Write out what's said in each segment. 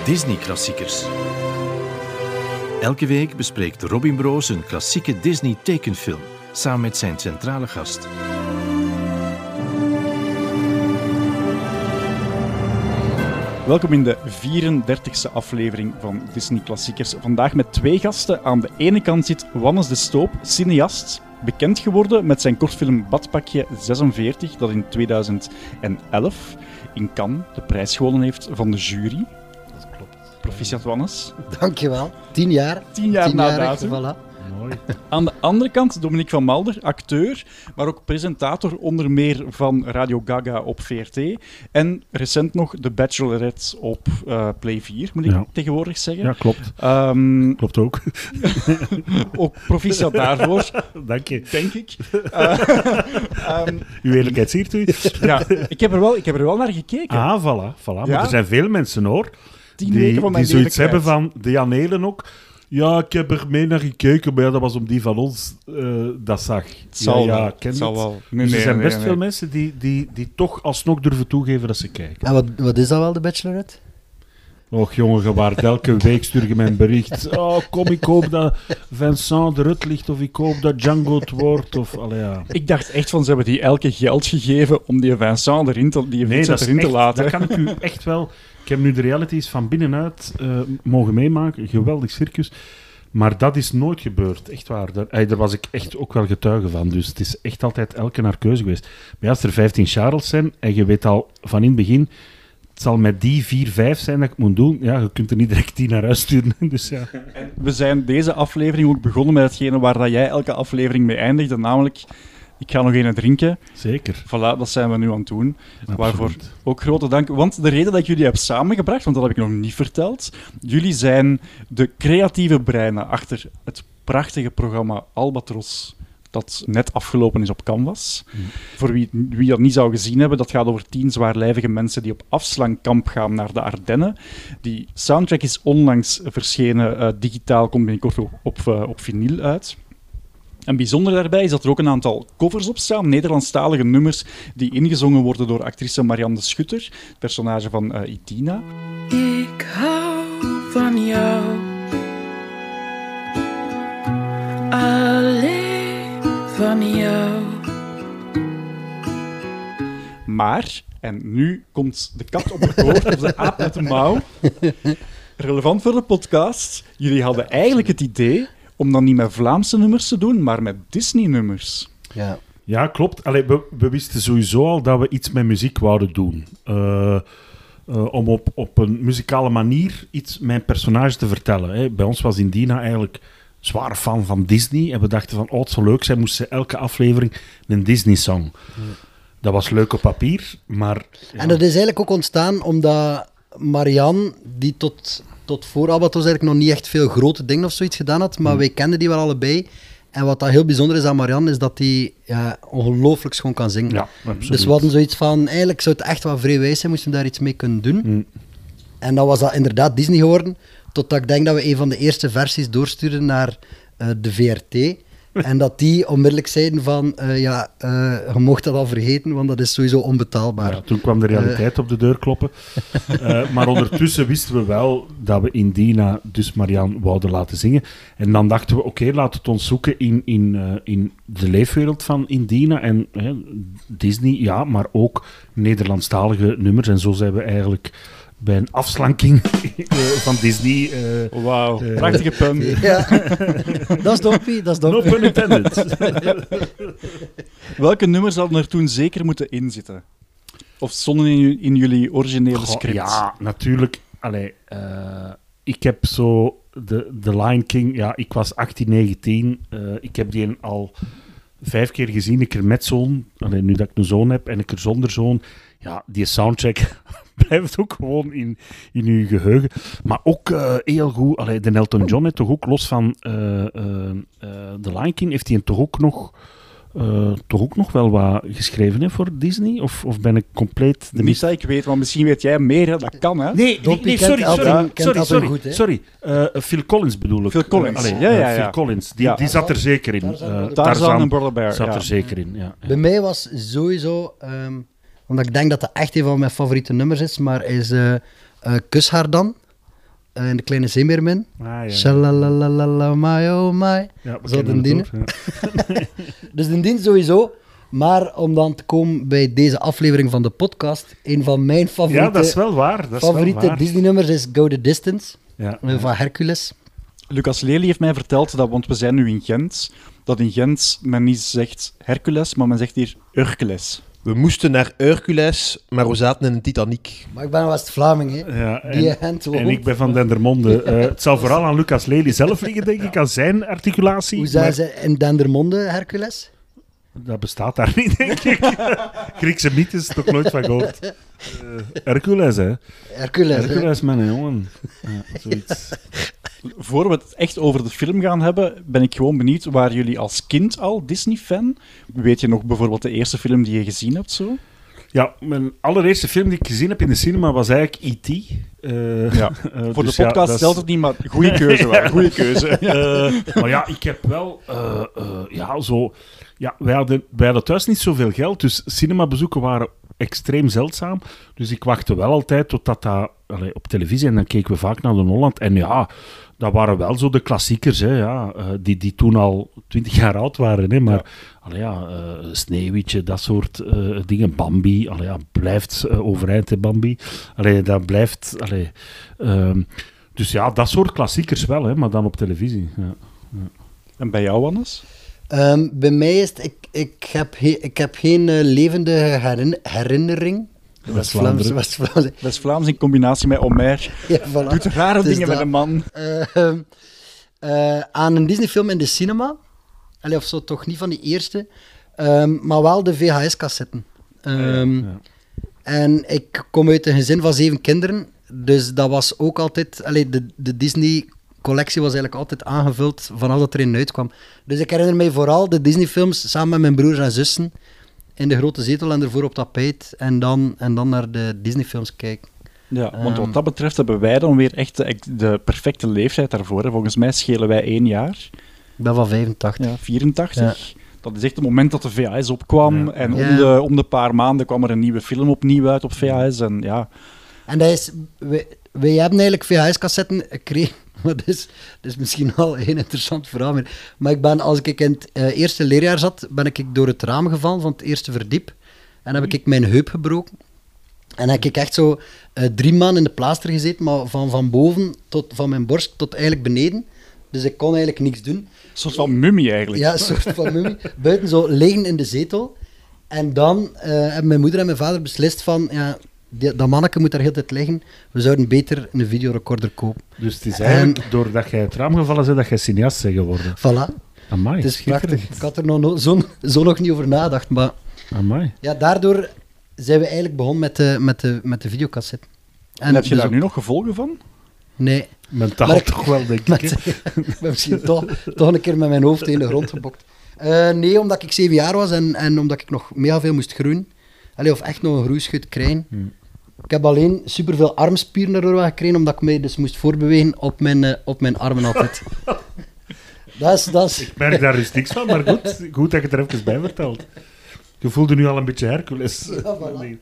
Disney-klassiekers. Elke week bespreekt Robin Broos een klassieke Disney-tekenfilm, samen met zijn centrale gast. Welkom in de 34e aflevering van Disney Klassiekers. Vandaag met twee gasten. Aan de ene kant zit Wannes de Stoop, cineast, bekend geworden met zijn kortfilm Badpakje 46, dat in 2011 in Cannes de prijs gewonnen heeft van de jury. Dat klopt. Proficiat, Wannes. Dankjewel. 10 jaar. 10 jaar na datum. Voilà. Mooi. Aan de andere kant Dominique van Malder, acteur, maar ook presentator onder meer van Radio Gaga op VRT. En recent nog The Bachelorette op Play 4, moet ik tegenwoordig zeggen. Ja, klopt. Klopt ook. Ook proficiat daarvoor. Dank je. Denk ik. Uw eerlijkheid siert u. Ja, ik heb er wel naar gekeken. Ah, voilà. Maar Ja? er zijn veel mensen, hoor, 10 weken van mijn die zoiets hebben lelijkheid. van... De Jan Helen ook. Ja, ik heb er mee naar gekeken, maar ja, dat was om die van ons dat zag. Ken zal het. wel. Dus er zijn best veel mensen die toch alsnog durven toegeven dat ze kijken. En wat is dat wel, de Bachelorette? Och jongen, gewaard, elke week stuur je mij een bericht. Oh, kom, ik hoop dat Vincent eruit ligt, of ik hoop dat Django het wordt, of... Allee, ja. Ik dacht echt van, ze hebben die elke geld gegeven om die Vincent erin te laten. Dat kan ik u echt wel... Ik heb nu de realities van binnenuit mogen meemaken. Geweldig circus. Maar dat is nooit gebeurd. Echt waar. Daar was ik echt ook wel getuige van. Dus het is echt altijd elke naar keuze geweest. Maar ja, als er 15 Charles zijn en je weet al van in het begin... Het zal met die 4, 5 zijn dat ik moet doen. Ja, je kunt er niet direct 10 naar huis sturen. Dus ja. We zijn deze aflevering ook begonnen met hetgene waar dat jij elke aflevering mee eindigde, namelijk... Ik ga nog een drinken. Zeker. Voilà, dat zijn we nu aan het doen. Absoluut. Waarvoor ook grote dank. Want de reden dat ik jullie heb samengebracht, want dat heb ik nog niet verteld, jullie zijn de creatieve breinen achter het prachtige programma Albatros, dat net afgelopen is op Canvas. Voor wie dat niet zou gezien hebben, dat gaat over 10 zwaarlijvige mensen die op afslankkamp gaan naar de Ardennen. Die soundtrack is onlangs verschenen, digitaal, komt binnenkort op vinyl uit. En bijzonder daarbij is dat er ook een aantal covers op staan, Nederlandstalige nummers, die ingezongen worden door actrice Marianne de Schutter, personage van Idina. Ik hou van jou, alleen van jou. Maar, en nu komt de kat op de koord, of de aap met de mouw, relevant voor de podcast, jullie hadden eigenlijk het idee om dan niet met Vlaamse nummers te doen, maar met Disney-nummers. Ja. Ja, klopt. Allee, we wisten sowieso al dat we iets met muziek wouden doen. Om op een muzikale manier iets met een personage te vertellen. Hè. Bij ons was Indina eigenlijk zware fan van Disney. En we dachten van, het zou leuk zijn, moest ze elke aflevering een Disney-song. Dat was leuk op papier, maar... Ja. En dat is eigenlijk ook ontstaan omdat Marianne, die tot voor Albatros eigenlijk nog niet echt veel grote dingen of zoiets gedaan had, maar wij kenden die wel allebei. En wat dat heel bijzonder is aan Marianne, is dat die ongelooflijk schoon kan zingen. Ja, absoluut. Dus we hadden zoiets van, eigenlijk zou het echt wel vrij wijs zijn, moesten we daar iets mee kunnen doen. En dan was dat inderdaad Disney geworden, totdat ik denk dat we een van de eerste versies doorstuurden naar de VRT. En dat die onmiddellijk zeiden van, je mocht dat al vergeten, want dat is sowieso onbetaalbaar. Ja, toen kwam de realiteit op de deur kloppen. Maar ondertussen wisten we wel dat we Indina, dus Marianne, wouden laten zingen. En dan dachten we, oké, laten we het ons zoeken in de leefwereld van Indina. En Disney, ja, maar ook Nederlandstalige nummers. En zo zijn we eigenlijk... bij een afslanking van Disney. Wauw, prachtige pun. Ja. Dat is dompie, dat is No dompie. pun intended. Welke nummers hadden er toen zeker moeten inzitten? Of stonden in jullie originele script? Ja, natuurlijk. Allee, ik heb zo de Lion King... Ja, ik was 18, 19. Ik heb die al 5 keer gezien. Ik er met zoon. Allee, nu dat ik een zoon heb en ik er zonder zoon. Ja, die soundtrack blijft ook gewoon in uw geheugen. Maar ook heel goed... Allee, de Elton John heeft toch ook, los van de Lion King, heeft hij toch ook nog wel wat geschreven, hè, voor Disney? Of ben ik compleet... Niet dat ik weet, want misschien weet jij meer, hè? Dat kan, hè? Nee, sorry. Phil Collins bedoel ik. Phil Collins, Phil Collins, die zat er zeker in. Tarzan en Brother Bear. Zat er zeker in, ja. Bij mij was sowieso... omdat ik denk dat dat echt een van mijn favoriete nummers is, maar is Kus haar dan. en de Kleine Zeemeermin. Ja. Shalalalala, my oh my. Ja, we Zo kennen den het ook, ja. Dus de dien sowieso. Maar om dan te komen bij deze aflevering van de podcast, een van mijn Ja, dat is wel waar. Dat is favoriete wel waar. Disney-nummers is Go the Distance, Ja. van Hercules. Lucas Lely heeft mij verteld, dat, want we zijn nu in Gent, dat in Gent men niet zegt Hercules, maar men zegt hier Hercules. We moesten naar Hercules, maar we zaten in een Titanic. Maar ik ben West-Vlaming, hè. Ja, Die Gent woont. en ik ben van Dendermonde. Het zal vooral aan Lucas Lely zelf liggen, denk ik, aan zijn articulatie. Hoe zijn maar ze in Dendermonde, Hercules? dat bestaat daar niet, denk ik. Griekse mythes, toch nooit van gehoord. Hercules, hè. Hercules, hè. Hercules, mijn jongen. Ja, zoiets. Voor we het echt over de film gaan hebben, ben ik gewoon benieuwd, waren jullie als kind al Disney-fan? Weet je nog bijvoorbeeld de eerste film die je gezien hebt? Zo? Ja, mijn allereerste film die ik gezien heb in de cinema was eigenlijk E.T. Ja. Voor dus de podcast dat is- stelt het niet, maar goede keuze wel. Goede keuze. Maar ja, ik heb wel ja, zo... Ja, wij hadden thuis niet zoveel geld, dus cinemabezoeken waren extreem zeldzaam. Dus ik wachtte wel altijd totdat dat op televisie... En dan keken we vaak naar de Holland. En ja, dat waren wel zo de klassiekers, hè, ja, die toen al 20 jaar oud waren. Hè, maar Sneeuwwitje, dat soort dingen. Bambi, blijft overeind, hè, Bambi. Dat blijft... dus ja, dat soort klassiekers wel, hè, maar dan op televisie. Ja. En bij jou, Wannes? Bij mij is het... Ik heb geen levende herinnering. West-Vlaanderen. West-Vlaams. West-Vlaams in combinatie met Omer. Ja, voilà. Doet rare Het is dingen met dat. een man. Aan een Disney-film in de cinema. Of zo, toch niet van die eerste. Maar wel de VHS-cassetten. Ja. En ik kom uit een gezin van 7 kinderen. Dus dat was ook altijd... De Disney-collectie was eigenlijk altijd aangevuld vanaf dat er in uitkwam. Dus ik herinner mij vooral de Disney-films samen met mijn broers en zussen in de grote zetel en ervoor op tapijt. En dan naar de Disney-films kijken. Ja, want wat dat betreft hebben wij dan weer echt de perfecte leeftijd daarvoor. Hè. Volgens mij schelen wij 1 jaar. Ik ben van 85. Ja, 84. Dat is echt het moment dat de VHS opkwam. Ja. En Ja. om de paar maanden kwam er een nieuwe film opnieuw uit op VHS. En ja, En dat is... Wij hebben eigenlijk VHS-cassetten gekregen. Maar dat is misschien wel een interessant verhaal. Maar ik ben, als ik in het eerste leerjaar zat, ben ik door het raam gevallen van het eerste verdiep. En heb ik mijn heup gebroken. En heb ik echt zo 3 maanden in de plaaster gezeten, maar van boven tot van mijn borst tot eigenlijk beneden. Dus ik kon eigenlijk niks doen. een soort van mummie eigenlijk. Ja, een soort van mummie. Buiten zo liggen in de zetel. En dan hebben mijn moeder en mijn vader beslist van... Ja, dat manneke moet daar heel de tijd liggen. We zouden beter een videorecorder kopen. Dus het is eigenlijk doordat jij het raam gevallen bent dat jij cineast bent geworden. Voilà. Amai, Het is schitterend. prachtig. Ik had er zo nog niet over nagedacht. Maar Amai. ja, daardoor zijn we eigenlijk begonnen met de videocassette. En heb je dus daar ook- nu nog gevolgen van? Nee. Mentaal Maar ik- toch wel, denk ik. hè? Ik ben misschien toch een keer met mijn hoofd tegen de grond gebokt. Nee, omdat ik 7 jaar was en omdat ik nog mega veel moest groeien. Of echt nog een groeischut krijgen. Ik heb alleen superveel armspieren erdoor gekregen, omdat ik mij dus moest voorbewegen op mijn armen altijd. Dat is... Ik merk daar dus niks van, maar goed dat je het er even bij vertelt. Je voelde nu al een beetje Hercules. Ja, voilà.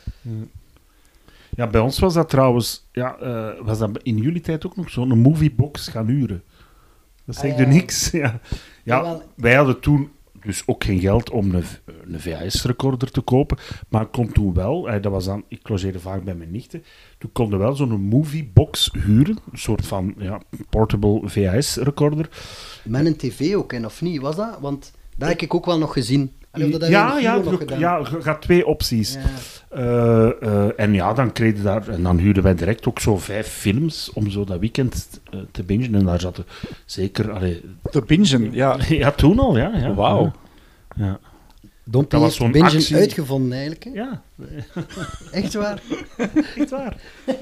Ja, bij ons was dat trouwens... Ja, was dat in jullie tijd ook nog zo'n moviebox gaan huren? Dat zegt er niks. Ja. Jawel. Wij hadden toen dus ook geen geld om een VHS-recorder te kopen, maar ik kon toen wel, dat was dan, ik logeerde vaak bij mijn nichten, toen konden we wel zo'n moviebox huren, een soort van portable VHS-recorder. Met een tv ook, of niet? Was dat? Want dat heb ik ook wel nog gezien. Of dat Ja, heb je nog gedaan. je gaat 2 opties. Ja. En ja, dan kreeg je daar, en dan huurden wij direct ook zo 5 films om zo dat weekend te bingen. En daar zaten zeker... Te bingen, ja. Ja, toen al, ja. Wauw. Ja. Dompie Dat was heeft zo'n bingen actie. uitgevonden, eigenlijk. Hè? Ja, Echt waar. echt waar.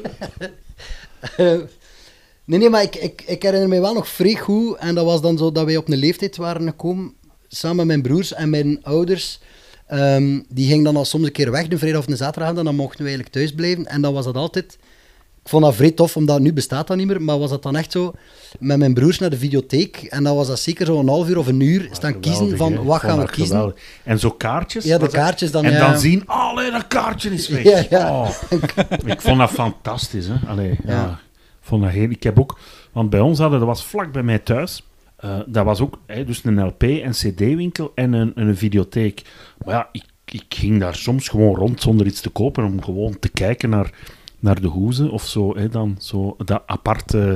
Nee, maar ik herinner me wel nog vrij goed. En dat was dan zo dat wij op een leeftijd waren gekomen, samen met mijn broers en mijn ouders. Die gingen dan al soms een keer weg, de vrijdag of de zaterdag, en dan mochten we eigenlijk thuis blijven. En dan was dat altijd... Ik vond dat vrij tof, omdat nu bestaat dat niet meer, maar was dat dan echt zo met mijn broers naar de videotheek. En dan was dat zeker zo'n half uur of een uur staan kiezen van wat gaan we kiezen. Geweldig. En zo kaartjes. Ja, de was dat? kaartjes dan, En ja. dan zien, allee, dat kaartje is weg. Ja, ja. Oh, ik vond dat fantastisch, hè. Allee, ja. Ja. vond dat heel... Ik heb ook... Want bij ons dat was vlak bij mij thuis. Dat was ook dus een LP- en CD-winkel en een videotheek. Maar ja, ik ging daar soms gewoon rond zonder iets te kopen om gewoon te kijken naar de hoezen of zo. Dan zo dat aparte...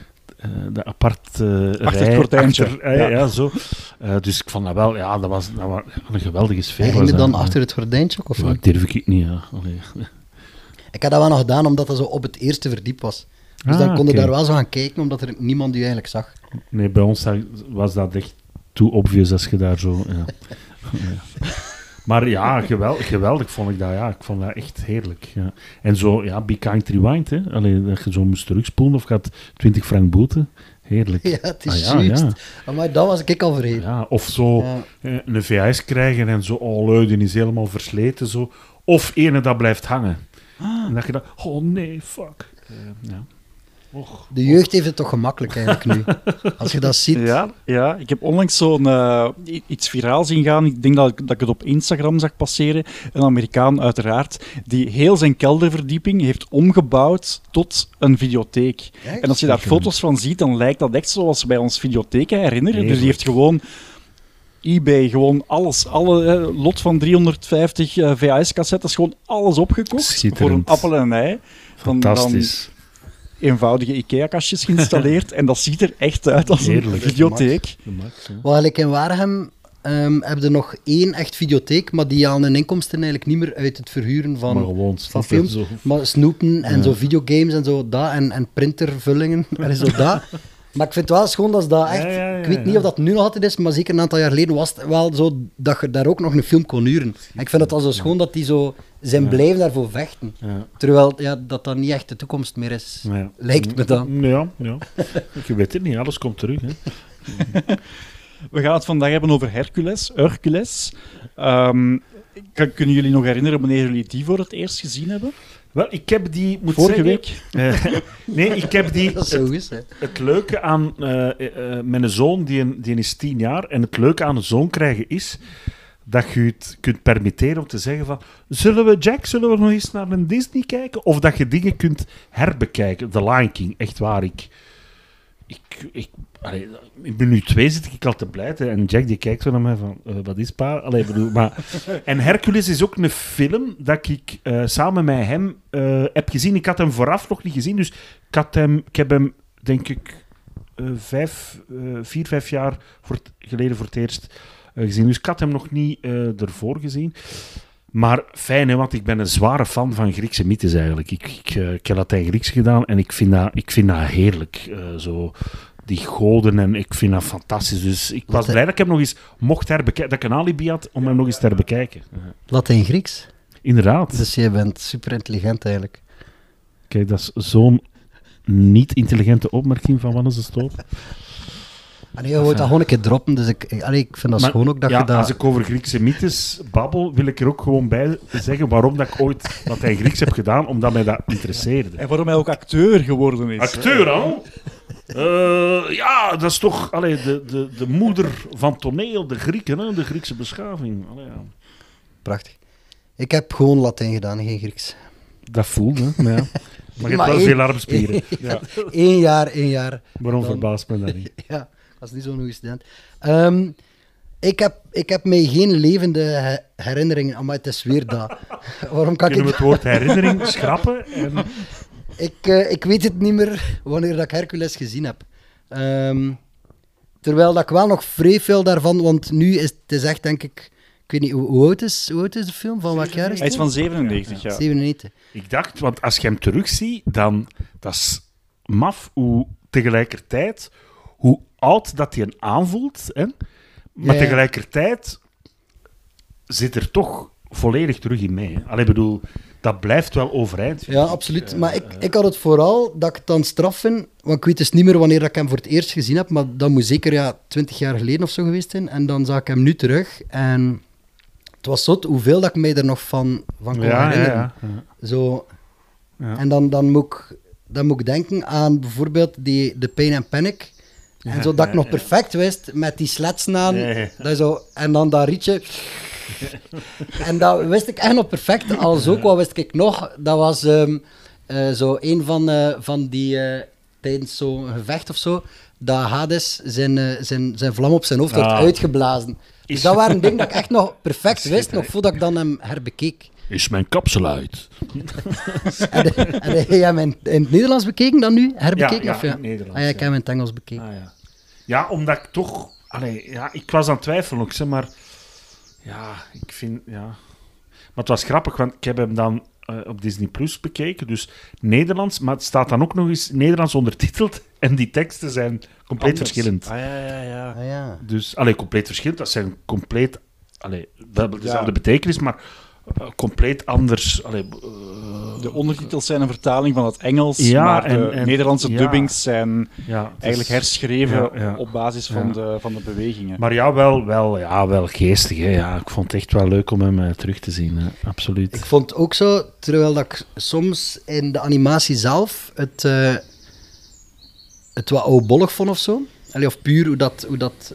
Achter het gordijntje. Ja, zo. Dus ik vond dat wel... Ja, dat was een geweldige sfeer. En ging je dan achter het gordijntje ook, of Ja, niet? durf ik niet, ja. Allee. Ik had dat wel nog gedaan, omdat dat zo op het eerste verdiep was. Dus dan kon je oké. daar wel zo gaan kijken, omdat er niemand die eigenlijk zag. Nee, bij ons was dat echt too obvious als je daar zo... Ja. Ja. Maar ja, geweldig vond ik dat. Ja. Ik vond dat echt heerlijk. Ja. En zo, ja, Be Kind Rewind, hè. Allee, dat je zo moest terugspoelen of gaat 20 frank boete. Heerlijk. Ja, het is ja, juist. ja. Maar dat was ik al vergeten. Ja, of zo Ja. een VHS krijgen en zo, oh leuk, die is helemaal versleten. Zo. Of ene dat blijft hangen. En dat je dan, oh nee, fuck. Ja. Och. De jeugd heeft het toch gemakkelijk eigenlijk nu. Als je dat ziet. Ja, ik heb onlangs zo'n iets viraal zien gaan. Ik denk dat ik het op Instagram zag passeren. Een Amerikaan uiteraard, die heel zijn kelderverdieping heeft omgebouwd tot een videotheek. Echt? En als je daar foto's van ziet, dan lijkt dat echt zoals wij ons videotheken herinneren. Dus die Heerlijk. heeft gewoon eBay, gewoon alles, alle lot van 350 VHS-cassettes, gewoon alles opgekocht Schitterend. voor een appel en een ei. Dan Fantastisch. eenvoudige IKEA-kastjes geïnstalleerd en dat ziet er echt uit als een Heerlijk. videotheek. De max, hè. Wel, eigenlijk in Waregem heb je nog één echt videotheek, maar die halen hun inkomsten eigenlijk niet meer uit het verhuren Maar van gewoon van snoepen, films. zo. Maar snoepen en Ja. zo videogames en zo, dat, en printervullingen, en zo dat. Maar ik vind het wel schoon dat ze dat echt... Ja, Ik weet niet of dat nu nog altijd is, maar zeker een aantal jaar geleden was het wel zo dat je daar ook nog een film kon huren. En ik vind het al zo schoon dat die zo zijn blijven daarvoor vechten. Ja. Terwijl dat niet echt de toekomst meer is. Ja. Lijkt me dan. Ja. Je weet het niet, alles komt terug. Hè. We gaan het vandaag hebben over Hercules. Kunnen jullie nog herinneren wanneer jullie die voor het eerst gezien hebben? Wel, ik heb die... Moet Vorige zeggen, week? nee, ik heb die... Dat is zo is, hè. Het leuke aan mijn zoon, die is 10 jaar, en het leuke aan een zoon krijgen is dat je het kunt permitteren om te zeggen van, zullen we nog eens naar een Disney kijken? Of dat je dingen kunt herbekijken. The Lion King, echt waar. Ik ben nu 2, zit ik al te blijten. En Jack die kijkt zo naar mij van, wat is pa? Allee, bedoel, maar... En Hercules is ook een film dat ik samen met hem heb gezien. Ik had hem vooraf nog niet gezien, dus ik heb hem, denk ik, 4, 5 jaar geleden voor het eerst gezien. Dus ik had hem nog niet ervoor gezien. Maar fijn, hè, want ik ben een zware fan van Griekse mythes eigenlijk. Ik heb Latijn-Grieks gedaan en ik vind dat heerlijk. Zo, die goden, en ik vind dat fantastisch. Dus ik was blij dat ik hem nog eens mocht herbekijken. Dat ik een alibi had om hem nog eens te herbekijken. Latijn-Grieks. Inderdaad. Dus jij bent super intelligent eigenlijk. Kijk, dat is zo'n niet-intelligente opmerking van Wannes de Stoop. En je moet dat gewoon een keer droppen, dus ik vind dat Maar, schoon ook dat ja, je dat... als ik over Griekse mythes babbel, wil ik er ook gewoon bij zeggen waarom dat ik ooit Latijn-Grieks heb gedaan, omdat mij dat interesseerde. En waarom hij ook acteur geworden is. Acteur al? Ja, dat is toch de moeder van toneel, de Grieken, hè? De Griekse beschaving. Allee, ja. Prachtig. Ik heb gewoon Latijn gedaan, geen Grieks. Dat voelde, hè? Maar ja. Maar je hebt Maar wel één- veel armspieren. Ja. 1 jaar. Waarom Dan- verbaast me dat niet? Ja, dat is niet zo'n goede student. Ik heb mij geen levende herinneringen, maar het is weer dat. Waarom kan Kunnen we ik... het woord herinnering schrappen? En... Ik weet het niet meer wanneer dat ik Hercules gezien heb. Terwijl dat ik wel nog vrij veel daarvan, want nu is het is echt, denk ik weet niet, hoe oud is de film? Van welk jaar is Hij is het? van 97, ja. 97. Ik dacht, want als je hem terugziet, dan dat is maf hoe tegelijkertijd, hoe oud dat hij aanvoelt, hè? Maar Ja. tegelijkertijd zit er toch volledig terug in mee. Hè? Allee, bedoel, dat blijft wel overeind. vind Ja, ik. absoluut. Maar ik had het vooral dat ik het dan straf vind, want ik weet dus niet meer wanneer dat ik hem voor het eerst gezien heb, maar dat moet zeker 20 jaar geleden of zo geweest zijn. En dan zag ik hem nu terug en het was zot hoeveel dat ik mij er nog van kon herinneren. Ja. Zo. Ja. En dan moet ik denken aan bijvoorbeeld de Pain and Panic. En zo dat ik nog perfect wist met die sletsen aan. Ja. Dat zo, en dan dat rietje. En dat wist ik echt nog perfect. Als ook, wat wist ik nog? Dat was zo een van die, tijdens zo'n gevecht of zo, dat Hades zijn vlam op zijn hoofd heeft uitgeblazen. Dus dat waren dingen dat ik echt nog perfect wist, nog voordat ik dan hem herbekeek. Is mijn kapsel uit? Heb jij hem in het Nederlands bekeken dan nu? Herbekeken? Ja, of in het Nederlands. Ik heb hem in het Engels bekeken. Ja, omdat ik toch... ik was aan het twijfelen ook, zeg maar... Ja, ik vind... Ja. Maar het was grappig, want ik heb hem dan op Disney Plus bekeken, dus Nederlands, maar het staat dan ook nog eens Nederlands ondertiteld en die teksten zijn compleet verschillend. Ja. Dus, compleet verschillend, dat zijn compleet... we hebben dezelfde betekenis, maar compleet anders... De ondertitels zijn een vertaling van het Engels, maar de Nederlandse dubbings zijn eigenlijk herschreven op basis van de bewegingen. Maar wel geestig. Hè. Ja, ik vond het echt wel leuk om hem terug te zien. Hè. Absoluut. Ik vond ook zo, terwijl dat ik soms in de animatie zelf het wat oudbollig vond of zo, of puur hoe dat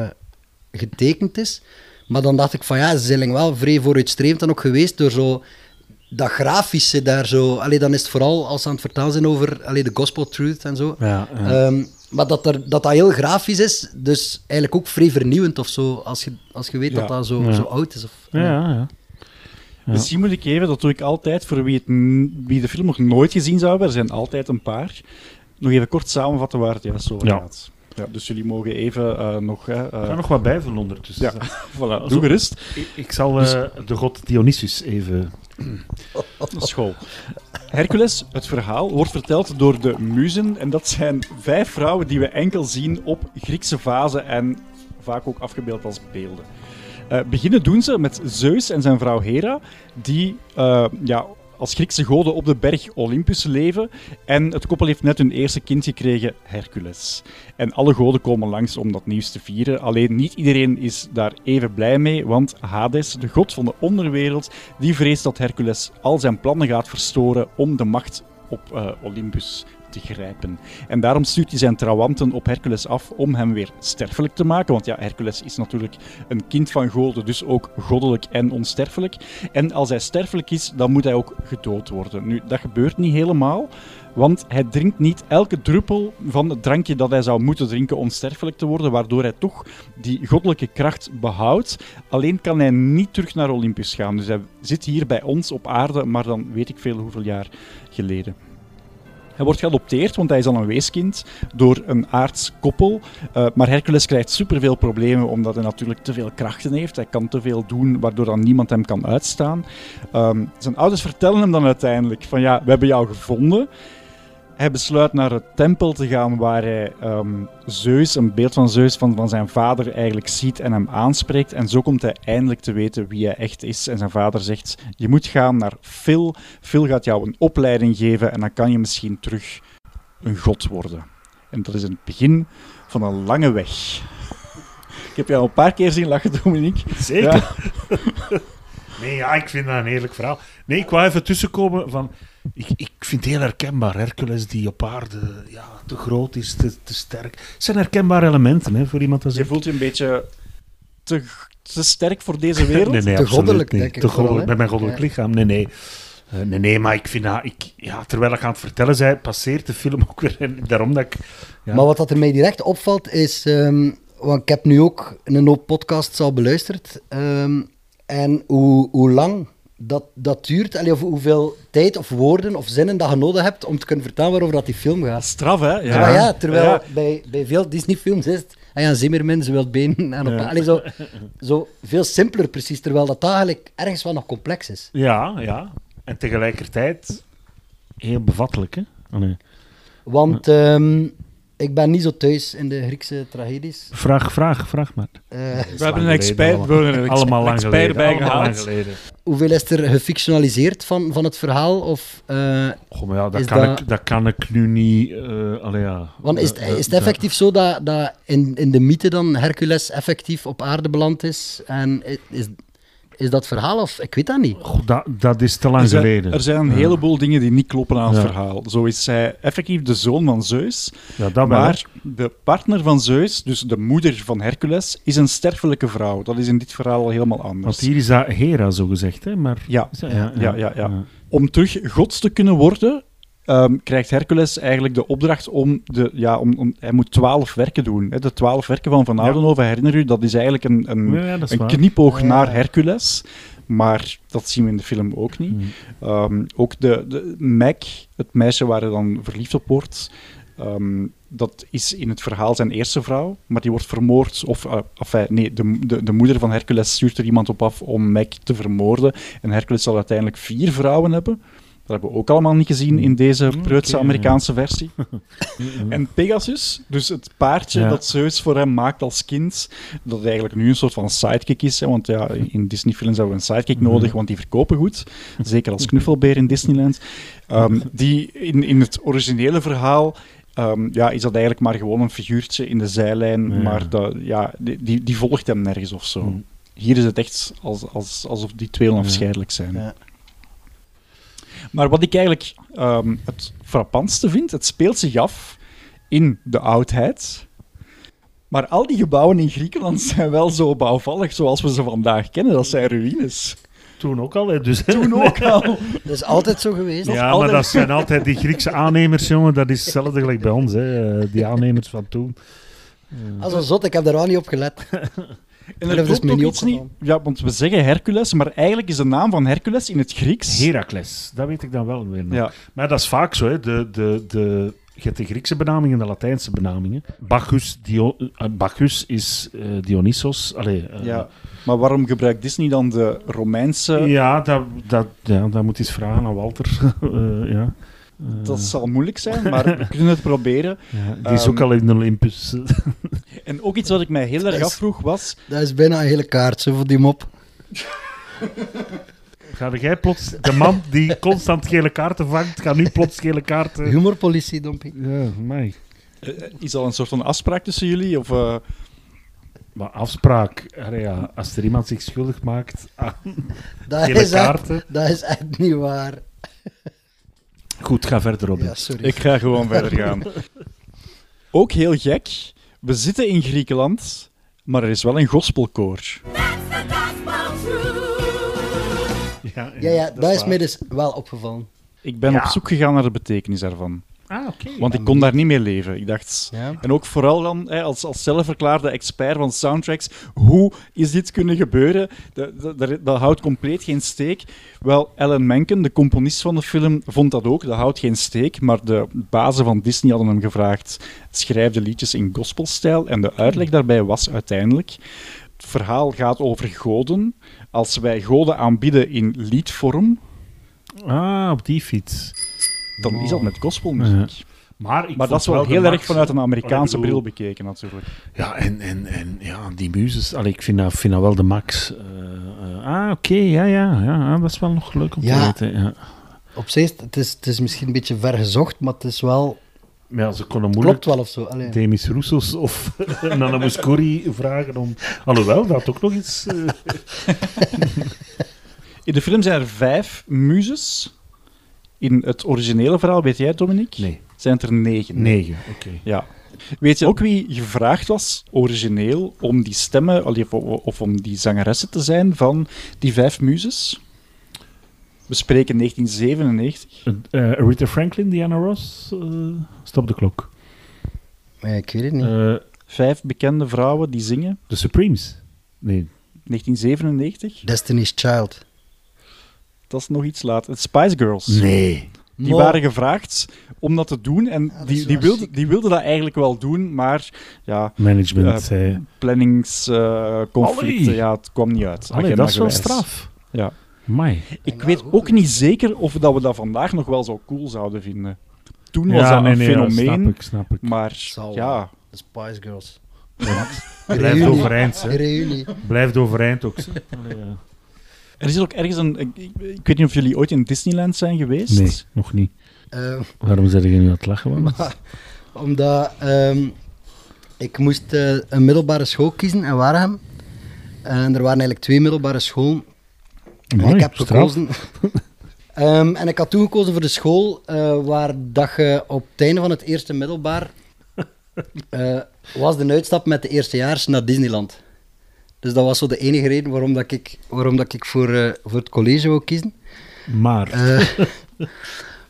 getekend is, maar dan dacht ik van ze zijn wel vrij vooruitstrevend dan ook geweest door zo dat grafische daar zo... dan is het vooral als ze aan het vertellen zijn over de gospel truth en zo. Ja. Maar dat heel grafisch is, dus eigenlijk ook vrij vernieuwend of zo, als je weet dat dat zo oud is. Ja. Misschien moet ik even, dat doe ik altijd, voor wie de film nog nooit gezien zou hebben, er zijn altijd een paar, nog even kort samenvatten waar het juist over gaat. Ja, dus jullie mogen even nog... Ik ga nog wat bijvullen ondertussen. Ja, voilà, doe gerust. Ik zal de god Dionysus even... School. Hercules, het verhaal, wordt verteld door de muzen. En dat zijn 5 vrouwen die we enkel zien op Griekse vazen en vaak ook afgebeeld als beelden. Beginnen doen ze met Zeus en zijn vrouw Hera, die als Griekse goden op de berg Olympus leven. En het koppel heeft net hun eerste kind gekregen, Hercules. En alle goden komen langs om dat nieuws te vieren. Alleen niet iedereen is daar even blij mee, want Hades, de god van de onderwereld, die vreest dat Hercules al zijn plannen gaat verstoren om de macht op Olympus te grijpen. En daarom stuurt hij zijn trawanten op Hercules af om hem weer sterfelijk te maken. Want Hercules is natuurlijk een kind van goden, dus ook goddelijk en onsterfelijk. En als hij sterfelijk is, dan moet hij ook gedood worden. Nu, dat gebeurt niet helemaal, want hij drinkt niet elke druppel van het drankje dat hij zou moeten drinken om sterfelijk te worden, waardoor hij toch die goddelijke kracht behoudt. Alleen kan hij niet terug naar Olympus gaan. Dus hij zit hier bij ons op aarde, maar dan weet ik veel hoeveel jaar geleden. Hij wordt geadopteerd, want hij is al een weeskind, door een aards koppel. Maar Hercules krijgt superveel problemen, omdat hij natuurlijk te veel krachten heeft. Hij kan te veel doen, waardoor dan niemand hem kan uitstaan. Zijn ouders vertellen hem dan uiteindelijk van we hebben jou gevonden. Hij besluit naar het tempel te gaan waar hij Zeus, een beeld van Zeus van zijn vader eigenlijk ziet en hem aanspreekt. En zo komt hij eindelijk te weten wie hij echt is. En zijn vader zegt, je moet gaan naar Phil. Phil gaat jou een opleiding geven en dan kan je misschien terug een god worden. En dat is het begin van een lange weg. Ik heb jou al een paar keer zien lachen, Dominique. Zeker. Ja. Nee, ik vind dat een heerlijk verhaal. Nee, ik wou even tussenkomen van... Ik vind het heel herkenbaar. Hercules die op aarde te groot is, te sterk. Het zijn herkenbare elementen, hè, voor iemand als je voelt je een beetje te sterk voor deze wereld? Nee, te goddelijk, denk ik. Te goddelijk, met mijn goddelijk lichaam. Nee, maar ik vind dat... terwijl ik aan het vertellen zei, passeert de film ook weer. En daarom dat ik... Ja. Maar wat er mij direct opvalt is... want ik heb nu ook een hoop podcasts al beluisterd. En hoe lang dat duurt, of hoeveel tijd of woorden of zinnen dat je nodig hebt om te kunnen vertellen waarover dat die film gaat. Straf, hè? Ja. Maar terwijl bij veel Disney-films is het... Een Zimmerman, ze wil benen en zo veel simpeler precies, terwijl dat eigenlijk ergens wel nog complex is. Ja. En tegelijkertijd heel bevattelijk, hè? Want... ik ben niet zo thuis in de Griekse tragedies. Vraag maar. We hebben een expert bij gehaald. Hoeveel is er gefictionaliseerd van het verhaal? Of, dat kan ik nu niet... Want is het effectief zo dat in de mythe dan Hercules effectief op aarde beland is? En is dat verhaal of... Ik weet dat niet. Dat is te lang geleden. Er zijn een heleboel dingen die niet kloppen aan het verhaal. Zo is hij effectief de zoon van Zeus. Maar de partner van Zeus, dus de moeder van Hercules, is een sterfelijke vrouw. Dat is in dit verhaal al helemaal anders. Want hier is dat Hera, zo gezegd. Hè? Maar, ja. Om terug gods te kunnen worden, krijgt Hercules eigenlijk de opdracht om hij moet 12 werken doen. Hè. De 12 werken van Van Oudenhoven, herinner u, dat is eigenlijk een knipoog naar Hercules. Maar dat zien we in de film ook niet. Ook de Meg, het meisje waar hij dan verliefd op wordt, dat is in het verhaal zijn eerste vrouw, maar die wordt vermoord. De moeder van Hercules stuurt er iemand op af om Meg te vermoorden. En Hercules zal uiteindelijk 4 vrouwen hebben. Dat hebben we ook allemaal niet gezien in deze preutse Amerikaanse versie. En Pegasus, dus het paardje dat Zeus voor hem maakt als kind, dat eigenlijk nu een soort van sidekick is. Hè, want ja, in Disney-films hebben we een sidekick nodig, want die verkopen goed. Zeker als knuffelbeer in Disneyland. Die in het originele verhaal is dat eigenlijk maar gewoon een figuurtje in de zijlijn, maar die volgt hem nergens of zo. Hier is het echt alsof die twee onafscheidelijk zijn. Ja. Maar wat ik eigenlijk het frappantste vind, het speelt zich af in de oudheid. Maar al die gebouwen in Griekenland zijn wel zo bouwvallig zoals we ze vandaag kennen. Dat zijn ruïnes. Toen ook al, hè. Dus. Toen ook al. Dat is altijd zo geweest. Ja, maar dat zijn altijd die Griekse aannemers, jongen. Dat is hetzelfde gelijk bij ons, hè. Die aannemers van toen. Dat is wel zot, ik heb daar al niet op gelet. En er is me iets niet. Ja, want we zeggen Hercules, maar eigenlijk is de naam van Hercules in het Grieks Herakles, dat weet ik dan wel weer nog. Ja. Maar dat is vaak zo, hè. Je hebt de Griekse benaming en de Latijnse benamingen. Bacchus is Dionysos. Maar waarom gebruikt Disney dan de Romeinse... Ja, dat moet je eens vragen aan Walter. Ja. Dat zal moeilijk zijn, maar we kunnen het proberen. Ja, die is ook al in Olympus. En ook iets wat ik mij heel erg afvroeg was... Dat is bijna een hele kaart, zo voor die mop. Ga jij plots... De man die constant gele kaarten vangt, gaat nu plots gele kaarten... Humorpolitie, Dompie. Ja, mij. Is dat een soort van afspraak tussen jullie? Of... Maar afspraak, als er iemand zich schuldig maakt aan gele kaarten... Dat is echt niet waar. Goed, ga verder, Robin. Ja, sorry. Ik ga gewoon verder gaan. Ook heel gek. We zitten in Griekenland, maar er is wel een gospelkoor. Ja, dat is mij dus wel opgevallen. Ik ben op zoek gegaan naar de betekenis daarvan. Oké. Want ik kon daar niet mee leven. Ik dacht... Ja. En ook vooral dan, als zelfverklaarde expert van soundtracks, hoe is dit kunnen gebeuren? Dat houdt compleet geen steek. Wel, Alan Menken, de componist van de film, vond dat ook. Dat houdt geen steek, maar de bazen van Disney hadden hem gevraagd, schrijf de liedjes in gospelstijl. En de uitleg daarbij was uiteindelijk... Het verhaal gaat over goden. Als wij goden aanbieden in liedvorm... op die fiets. Dan is dat met gospelmuziek. Ja. Maar dat is wel heel erg vanuit een Amerikaanse bril bekeken, natuurlijk. Ja, en die muzes, ik vind dat wel de max. Oké, ja, dat is wel nog leuk om te weten. Ja. Op zich, het is misschien een beetje vergezocht, maar het is wel... Ja, ze konden moeilijk Klopt wel of zo. Allee. Demis Roussos of Nana Mouskouri vragen om... Alhoewel, dat ook nog iets... In de film zijn er 5 muzes. In het originele verhaal, weet jij, Dominique? Nee. Zijn het er 9. 9, oké. Ja. Weet je ook wie gevraagd was, origineel, om die stemmen, of om die zangeressen te zijn van die 5 muzes? We spreken 1997. Aretha Franklin, Diana Ross, stop de klok. Ik weet het niet. 5 bekende vrouwen die zingen. The Supremes? Nee. 1997. Destiny's Child. Dat is nog iets later. The Spice Girls. Nee. Die waren gevraagd om dat te doen en die wilden dat eigenlijk wel doen, maar ja... Management planningsconflicten, het kwam niet uit. Dat is wel straf. Ja. Amai. Ik weet ook niet zeker of dat we dat vandaag nog wel zo cool zouden vinden. Toen was dat een fenomeen, snap ik. maar The Spice Girls. Blijft overeind, hè. Reunie. Blijft overeind ook, hè. Er is ook ergens ik weet niet of jullie ooit in Disneyland zijn geweest. Nee, nog niet. Waarom zeg je nu aan het lachen? Omdat ik moest een middelbare school kiezen in Waregem. En er waren eigenlijk 2 middelbare scholen. Mooi, ik heb gekozen... en ik had toen gekozen voor de school waar dat je op het einde van het eerste middelbaar was de uitstap met de eerstejaars naar Disneyland. Dus dat was zo de enige reden waarom dat ik voor het college wou kiezen. Maar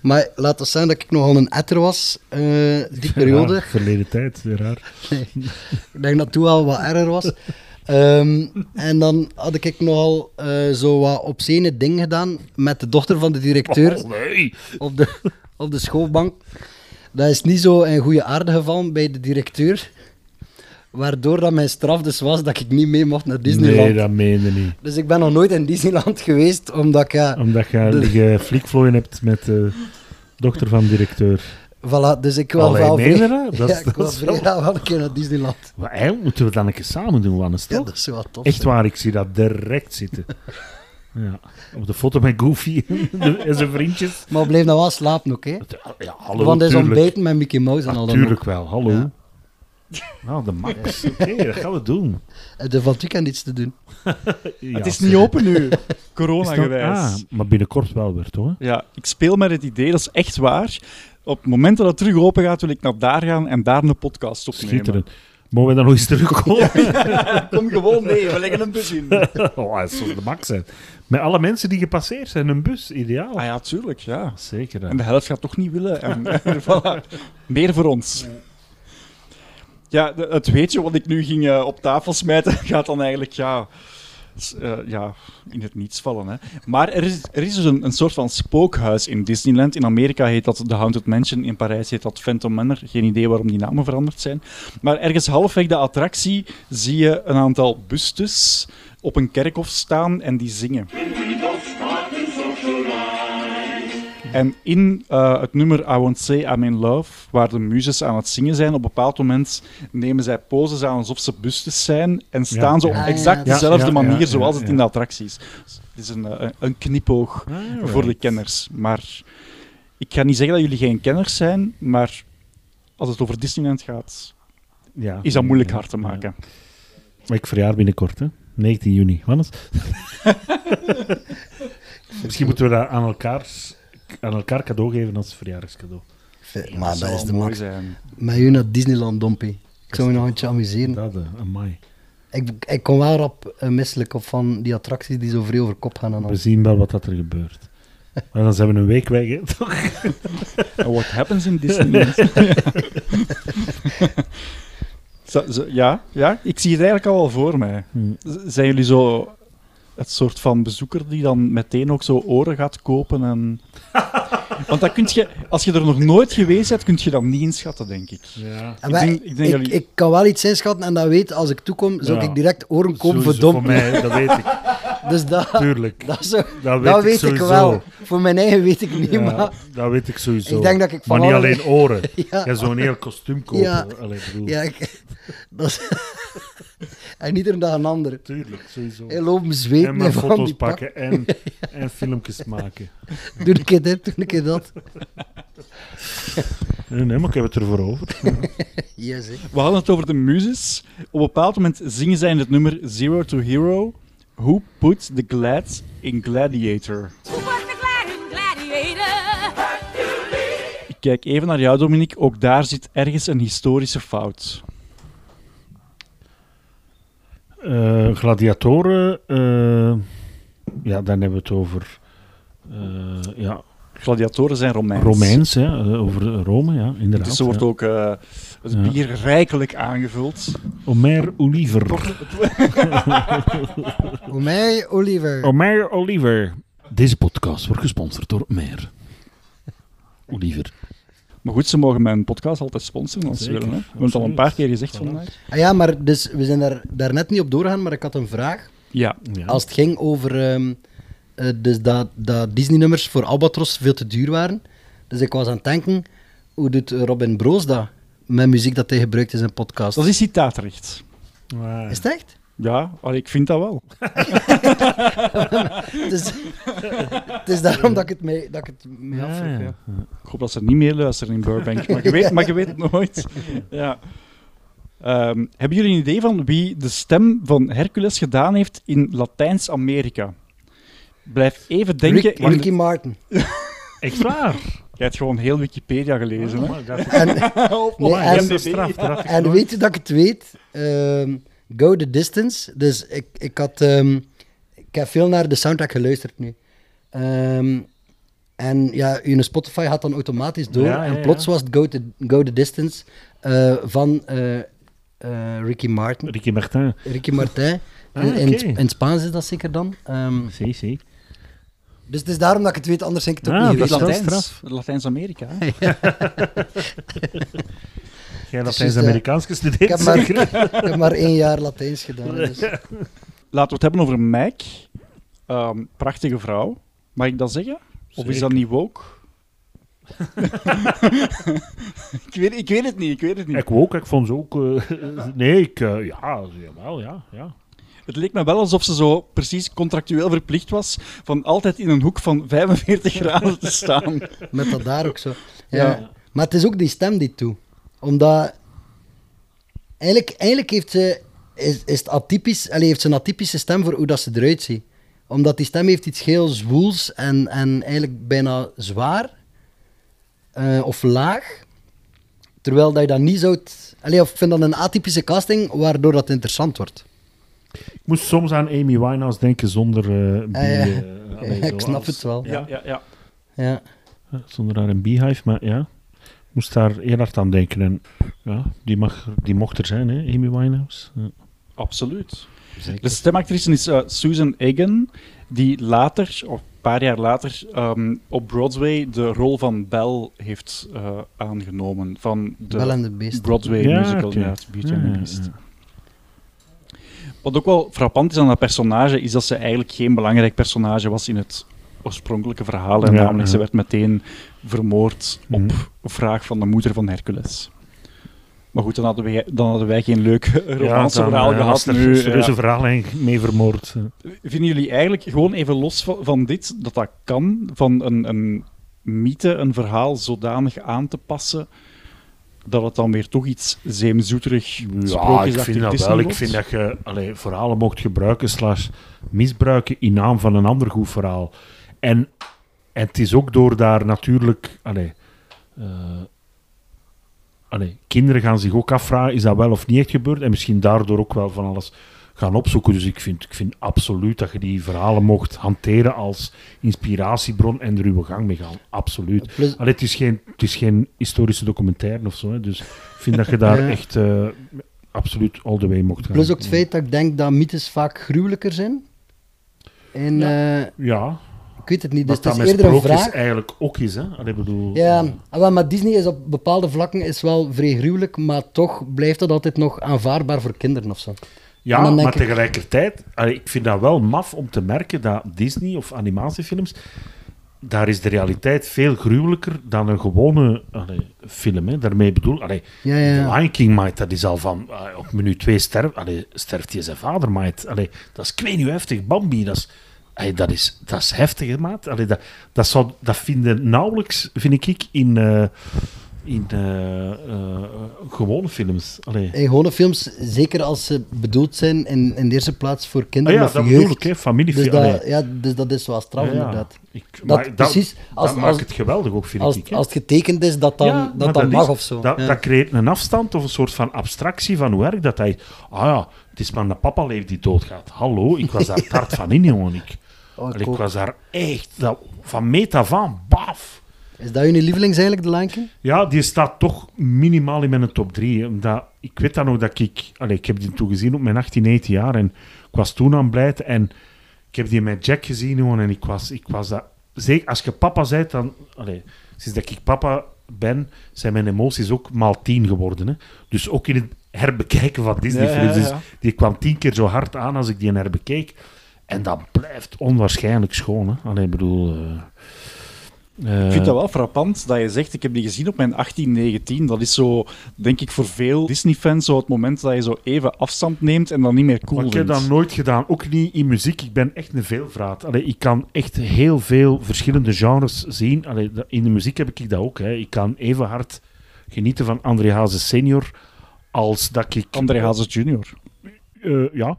Maar laat het zijn dat ik nogal een etter was, die periode. Ja, verleden tijd, raar. Nee, ik denk dat het toen wel wat erger was. En dan had ik nogal zo wat obscene dingen gedaan met de dochter van de directeur nee. op de schoolbank. Dat is niet zo in goede aarde gevallen bij de directeur. Waardoor dat mijn straf dus was dat ik niet mee mocht naar Disneyland. Nee, dat meende niet. Dus ik ben nog nooit in Disneyland geweest, omdat ik... Omdat je liggen flikvlooien hebt met de dochter van de directeur. Voilà, dus ik wil Allee, wel meen je vrij... dat? Dat is- Ja, ik wil dat is vrij wel- graag wel een keer naar Disneyland. Maar eigenlijk moeten we dat een keer samen doen, Wannes, Ja, toch? dat is wel tof. Echt zeg. waar, ik zie dat direct zitten. Ja. Op de foto met Goofy en zijn vriendjes. Maar blijf nou wel slapen ook, hè. Ja, hallo, Want hij is tuurlijk. ontbijten met Mickey Mouse en al dat Natuurlijk ook. wel, hallo. Ja. Nou, de max. Oké, dat gaan we doen. Er valt weekend iets te doen. Het is niet open nu, corona-gewijs. Ah, maar binnenkort wel weer, toch? Ja, ik speel met het idee, dat is echt waar. Op het moment dat het terug open gaat, wil ik naar daar gaan en daar een podcast opnemen. Schitterend. Mogen we dan nog eens terugkomen? Kom gewoon mee, we leggen een bus in. Oh, dat zou de max zijn. Met alle mensen die gepasseerd zijn, een bus, ideaal. Ah ja, tuurlijk, ja. Zeker. hè. En de helft gaat toch niet willen. En, voilà. Meer voor ons. Ja, het weetje wat ik nu ging op tafel smijten, gaat dan eigenlijk in het niets vallen. Hè. Maar er is dus een soort van spookhuis in Disneyland. In Amerika heet dat The Haunted Mansion, in Parijs heet dat Phantom Manor. Geen idee waarom die namen veranderd zijn. Maar ergens halfweg de attractie zie je een aantal bustes op een kerkhof staan en die zingen. En in het nummer I Won't Say I'm in Love, waar de muzes aan het zingen zijn, op een bepaald moment nemen zij poses aan alsof ze bustes zijn en staan Ja. ze op Ja, exact ja, dezelfde ja, manier ja, zoals ja, het ja. in de attracties is. Het is een knipoog Alright. voor de kenners. Maar ik ga niet zeggen dat jullie geen kenners zijn, maar als het over Disneyland gaat, Ja. is dat moeilijk Ja, hard te maken. ja. Maar ik verjaar binnenkort, hè. 19 juni. Wannes? Misschien moeten we dat aan elkaar cadeau geven als verjaardagscadeau. Maar dat is de mooi max. zijn. Met u naar Disneyland, Dompie. Ik zou me nog een beetje amuseren. Dat, amai. Ik kom wel rap misselijk op van die attracties die zo vrij over kop gaan. En We al. zien wel wat dat er gebeurt. Maar dan zijn we een week weg, hè. toch? What happens in Disneyland? Ja, ik zie het eigenlijk al wel voor mij. Zijn jullie zo het soort van bezoeker die dan meteen ook zo oren gaat kopen? En... Want dat kun je, als je er nog nooit geweest bent, kun je dat niet inschatten, denk ik. Ja. En wij- ik denk jullie- ik kan wel iets inschatten en dat weet, als ik toekom, zou Ja. ik direct oren kopen voor Sowieso Dompie. mij, dat weet ik. Dus dat, Tuurlijk. dat weet weet ik sowieso. wel. Voor mijn eigen weet ik niet, Ja, maar... dat weet ik sowieso. Ik denk dat ik van maar niet alle- alleen oren. Ja. Ja, zo'n heel kostuum kopen. Ja. Allee, bedoel. Ja, dat is... en iedere dag een ander. Tuurlijk, sowieso. Hij lopen zweten En maar en van foto's die pak. pakken en filmpjes maken. Doe een keer dit, doe een keer dat. Nee, maar ik heb het ervoor over. Yes, hè. We hadden het over de muzes. Op een bepaald moment zingen zij in het nummer Zero to Hero. Who put the glad in Gladiator? Ik kijk even naar jou, Dominique. Ook daar zit ergens een historische fout. Gladiatoren, ja, dan hebben we het over ja, Gladiatoren zijn Romeins. Romeins, ja, over Rome, ja, inderdaad. Dus er wordt ja. ook het Ja. bier rijkelijk aangevuld. Omer Oliver. Omer Oliver. Omer Oliver. Deze podcast wordt gesponsord door Omer Oliver. Maar goed, ze mogen mijn podcast altijd sponsoren als ze Zeker, willen. Hè? We hebben het al een paar keer gezegd Voilà. vandaag. Ah ja, maar dus, we zijn daar net niet op doorgaan, maar ik had een vraag. Ja. Ja. Als het ging over dus dat Disney-nummers voor Albatros veel te duur waren. Dus ik was aan het denken, hoe doet Robin Broos dat met muziek dat hij gebruikt in zijn podcast? Dat is citaatrecht. Ah, Is het echt? Ja, ik vind dat wel. Dus, het is daarom dat ik het mee afvraag. ja. Ja. Ik hoop dat ze niet meer luisteren in Burbank, maar je weet het nooit. Ja. Hebben jullie een idee van wie de stem van Hercules gedaan heeft in Latijns-Amerika? Blijf even denken. Ricky Martin. Echt waar? Je hebt gewoon heel Wikipedia gelezen, hè? Oh, dat is En, nee, dat is en, zo straf. Dat had ik en nooit- weet je dat ik het weet? Go the Distance. Dus ik heb veel naar de soundtrack geluisterd nu. En ja, je Spotify gaat dan automatisch door. Ja, ja, en plots ja. was het Go the Distance van Ricky Martin. Ricky Martin. Ricky Martin. Ah, In oké. het Spaans is dat zeker dan. Zie. Dus het is daarom dat ik het weet, anders denk ik het ook Ah, niet dat is geweten. wel Latijns, straf. Latijns-Amerika. hè. Jij Dus, Latijns-Amerikaans gestudeerd, Ik heb, maar, zeker? ik heb maar 1 jaar Latijns gedaan. Dus. Laten we het hebben over Meg. Prachtige vrouw. Mag ik dat zeggen? Of is dat Zeker. niet woke? ik weet het niet. Ik ook, ik vond ze ook... nee, jawel, ja. Het leek me wel alsof ze zo precies contractueel verplicht was van altijd in een hoek van 45 graden te staan. Met dat daar ook zo. Ja. Ja. Maar het is ook die stem die toe. Omdat... Eigenlijk heeft ze... Is het atypisch... heeft ze een atypische stem voor hoe dat ze eruit ziet. Omdat die stem heeft iets heel zwoels en eigenlijk bijna zwaar. Of laag. Terwijl dat je dat niet zou... Of ik vind dat een atypische casting, waardoor dat interessant wordt. Ik moest soms aan Amy Winehouse denken zonder... Ik snap het wel. Ja. Ja. Zonder haar een beehive, maar ja. Ik moest daar heel hard aan denken. En ja, die mocht er zijn, hè, Amy Winehouse. Ja. Absoluut. De stemactrice is Susan Egan, die later, of een paar jaar later, op Broadway de rol van Belle heeft aangenomen. Van de Belle en de Beest. Broadway Ja, musical, oké. ja, Beauty and the Beast. Ja. Wat ook wel frappant is aan dat personage, is dat ze eigenlijk geen belangrijk personage was in het oorspronkelijke verhaal. En Ja, namelijk, ja. ze werd meteen vermoord op Mhm. vraag van de moeder van Hercules. Maar goed, dan hadden wij geen leuk romanceverhaal gehad. was er nu, serieuze ja. verhalen mee vermoord. Vinden jullie eigenlijk, gewoon even los van dit, dat kan, van een mythe, een verhaal zodanig aan te passen, dat het dan weer toch iets zeemzoeterig Ja, ik sprookjesachtig vind dat Disney wel. Ik wordt? vind dat je verhalen mocht gebruiken / misbruiken in naam van een ander goed verhaal. En het is ook door daar natuurlijk... kinderen gaan zich ook afvragen, is dat wel of niet echt gebeurd? En misschien daardoor ook wel van alles gaan opzoeken. Dus ik vind absoluut dat je die verhalen mocht hanteren als inspiratiebron en er uw gang mee gaan. Absoluut. Plus- Het is geen historische documentaire of zo. Hè. Dus ik vind dat je daar Ja. echt absoluut all the way mocht gaan. Plus ook het feit dat ik denk dat mythes vaak gruwelijker zijn. En Ja, ik weet het niet, dus wat het dat is met eerder een sprookjes vraag. eigenlijk ook is. Hè. Allee, bedoel, Ja, maar Disney is op bepaalde vlakken is wel vrij gruwelijk, maar toch blijft dat altijd nog aanvaardbaar voor kinderen of zo. Ja, En dan denk maar ik- tegelijkertijd, ik vind dat wel maf om te merken dat Disney of animatiefilms, daar is de realiteit veel gruwelijker dan een gewone film. Hè. Daarmee bedoel, Ja, The ja. Lion King, mate, dat is al van op minuut 2 sterft hij zijn vader, mate. Dat is kwee nu heftig, Bambi, dat is heftig, hè, maat. Dat vinden nauwelijks, vind ik, in gewone films. In gewone films, zeker als ze bedoeld zijn in de eerste plaats voor Ah kinderen ja, of dat jeugd. bedoel ik, hè, familiefilm. Dus dat is wel straf, inderdaad. Maar precies, dat als- maakt het geweldig ook, vind Als ik. Hè. het getekend is, dat dan, Ja, maar dat mag is- of zo. Dat, Ja. dat creëert een afstand of een soort van abstractie van hoe erg dat hij... Ah ja, het is maar een papa leeft die doodgaat. Hallo, ik was daar hard van in, jongen. Ik was daar echt... Van meet af aan, baf. Is dat jullie lievelings eigenlijk, de Lion King? Ja, die staat toch minimaal in mijn top 3. Omdat, ik weet dan nog dat ik heb die toen gezien op mijn 18, 19 jaar. En ik was toen aan het blijten. En ik heb die met Jack gezien, jongen. En ik was dat... Zeker, als je papa bent, dan... Sinds dat ik papa ben, zijn mijn emoties ook maal 10 geworden. Hè. Dus ook in het herbekijken van Disney-films. Ja. Dus die kwam 10 keer zo hard aan als ik die herbekeek. En dat blijft onwaarschijnlijk schoon. Hè. Ik bedoel... Ik vind dat wel frappant dat je zegt, ik heb die gezien op mijn 18, 19. Dat is zo, denk ik, voor veel Disney-fans zo het moment dat je zo even afstand neemt en dan niet meer cool Maar ik heb vindt. dat nooit gedaan, ook niet in muziek. Ik ben echt een veelvraat. Ik kan echt heel veel verschillende genres zien. In de muziek heb ik dat ook. Hè. Ik kan even hard genieten van André Hazes senior als dat ik... André Hazes junior. Ja.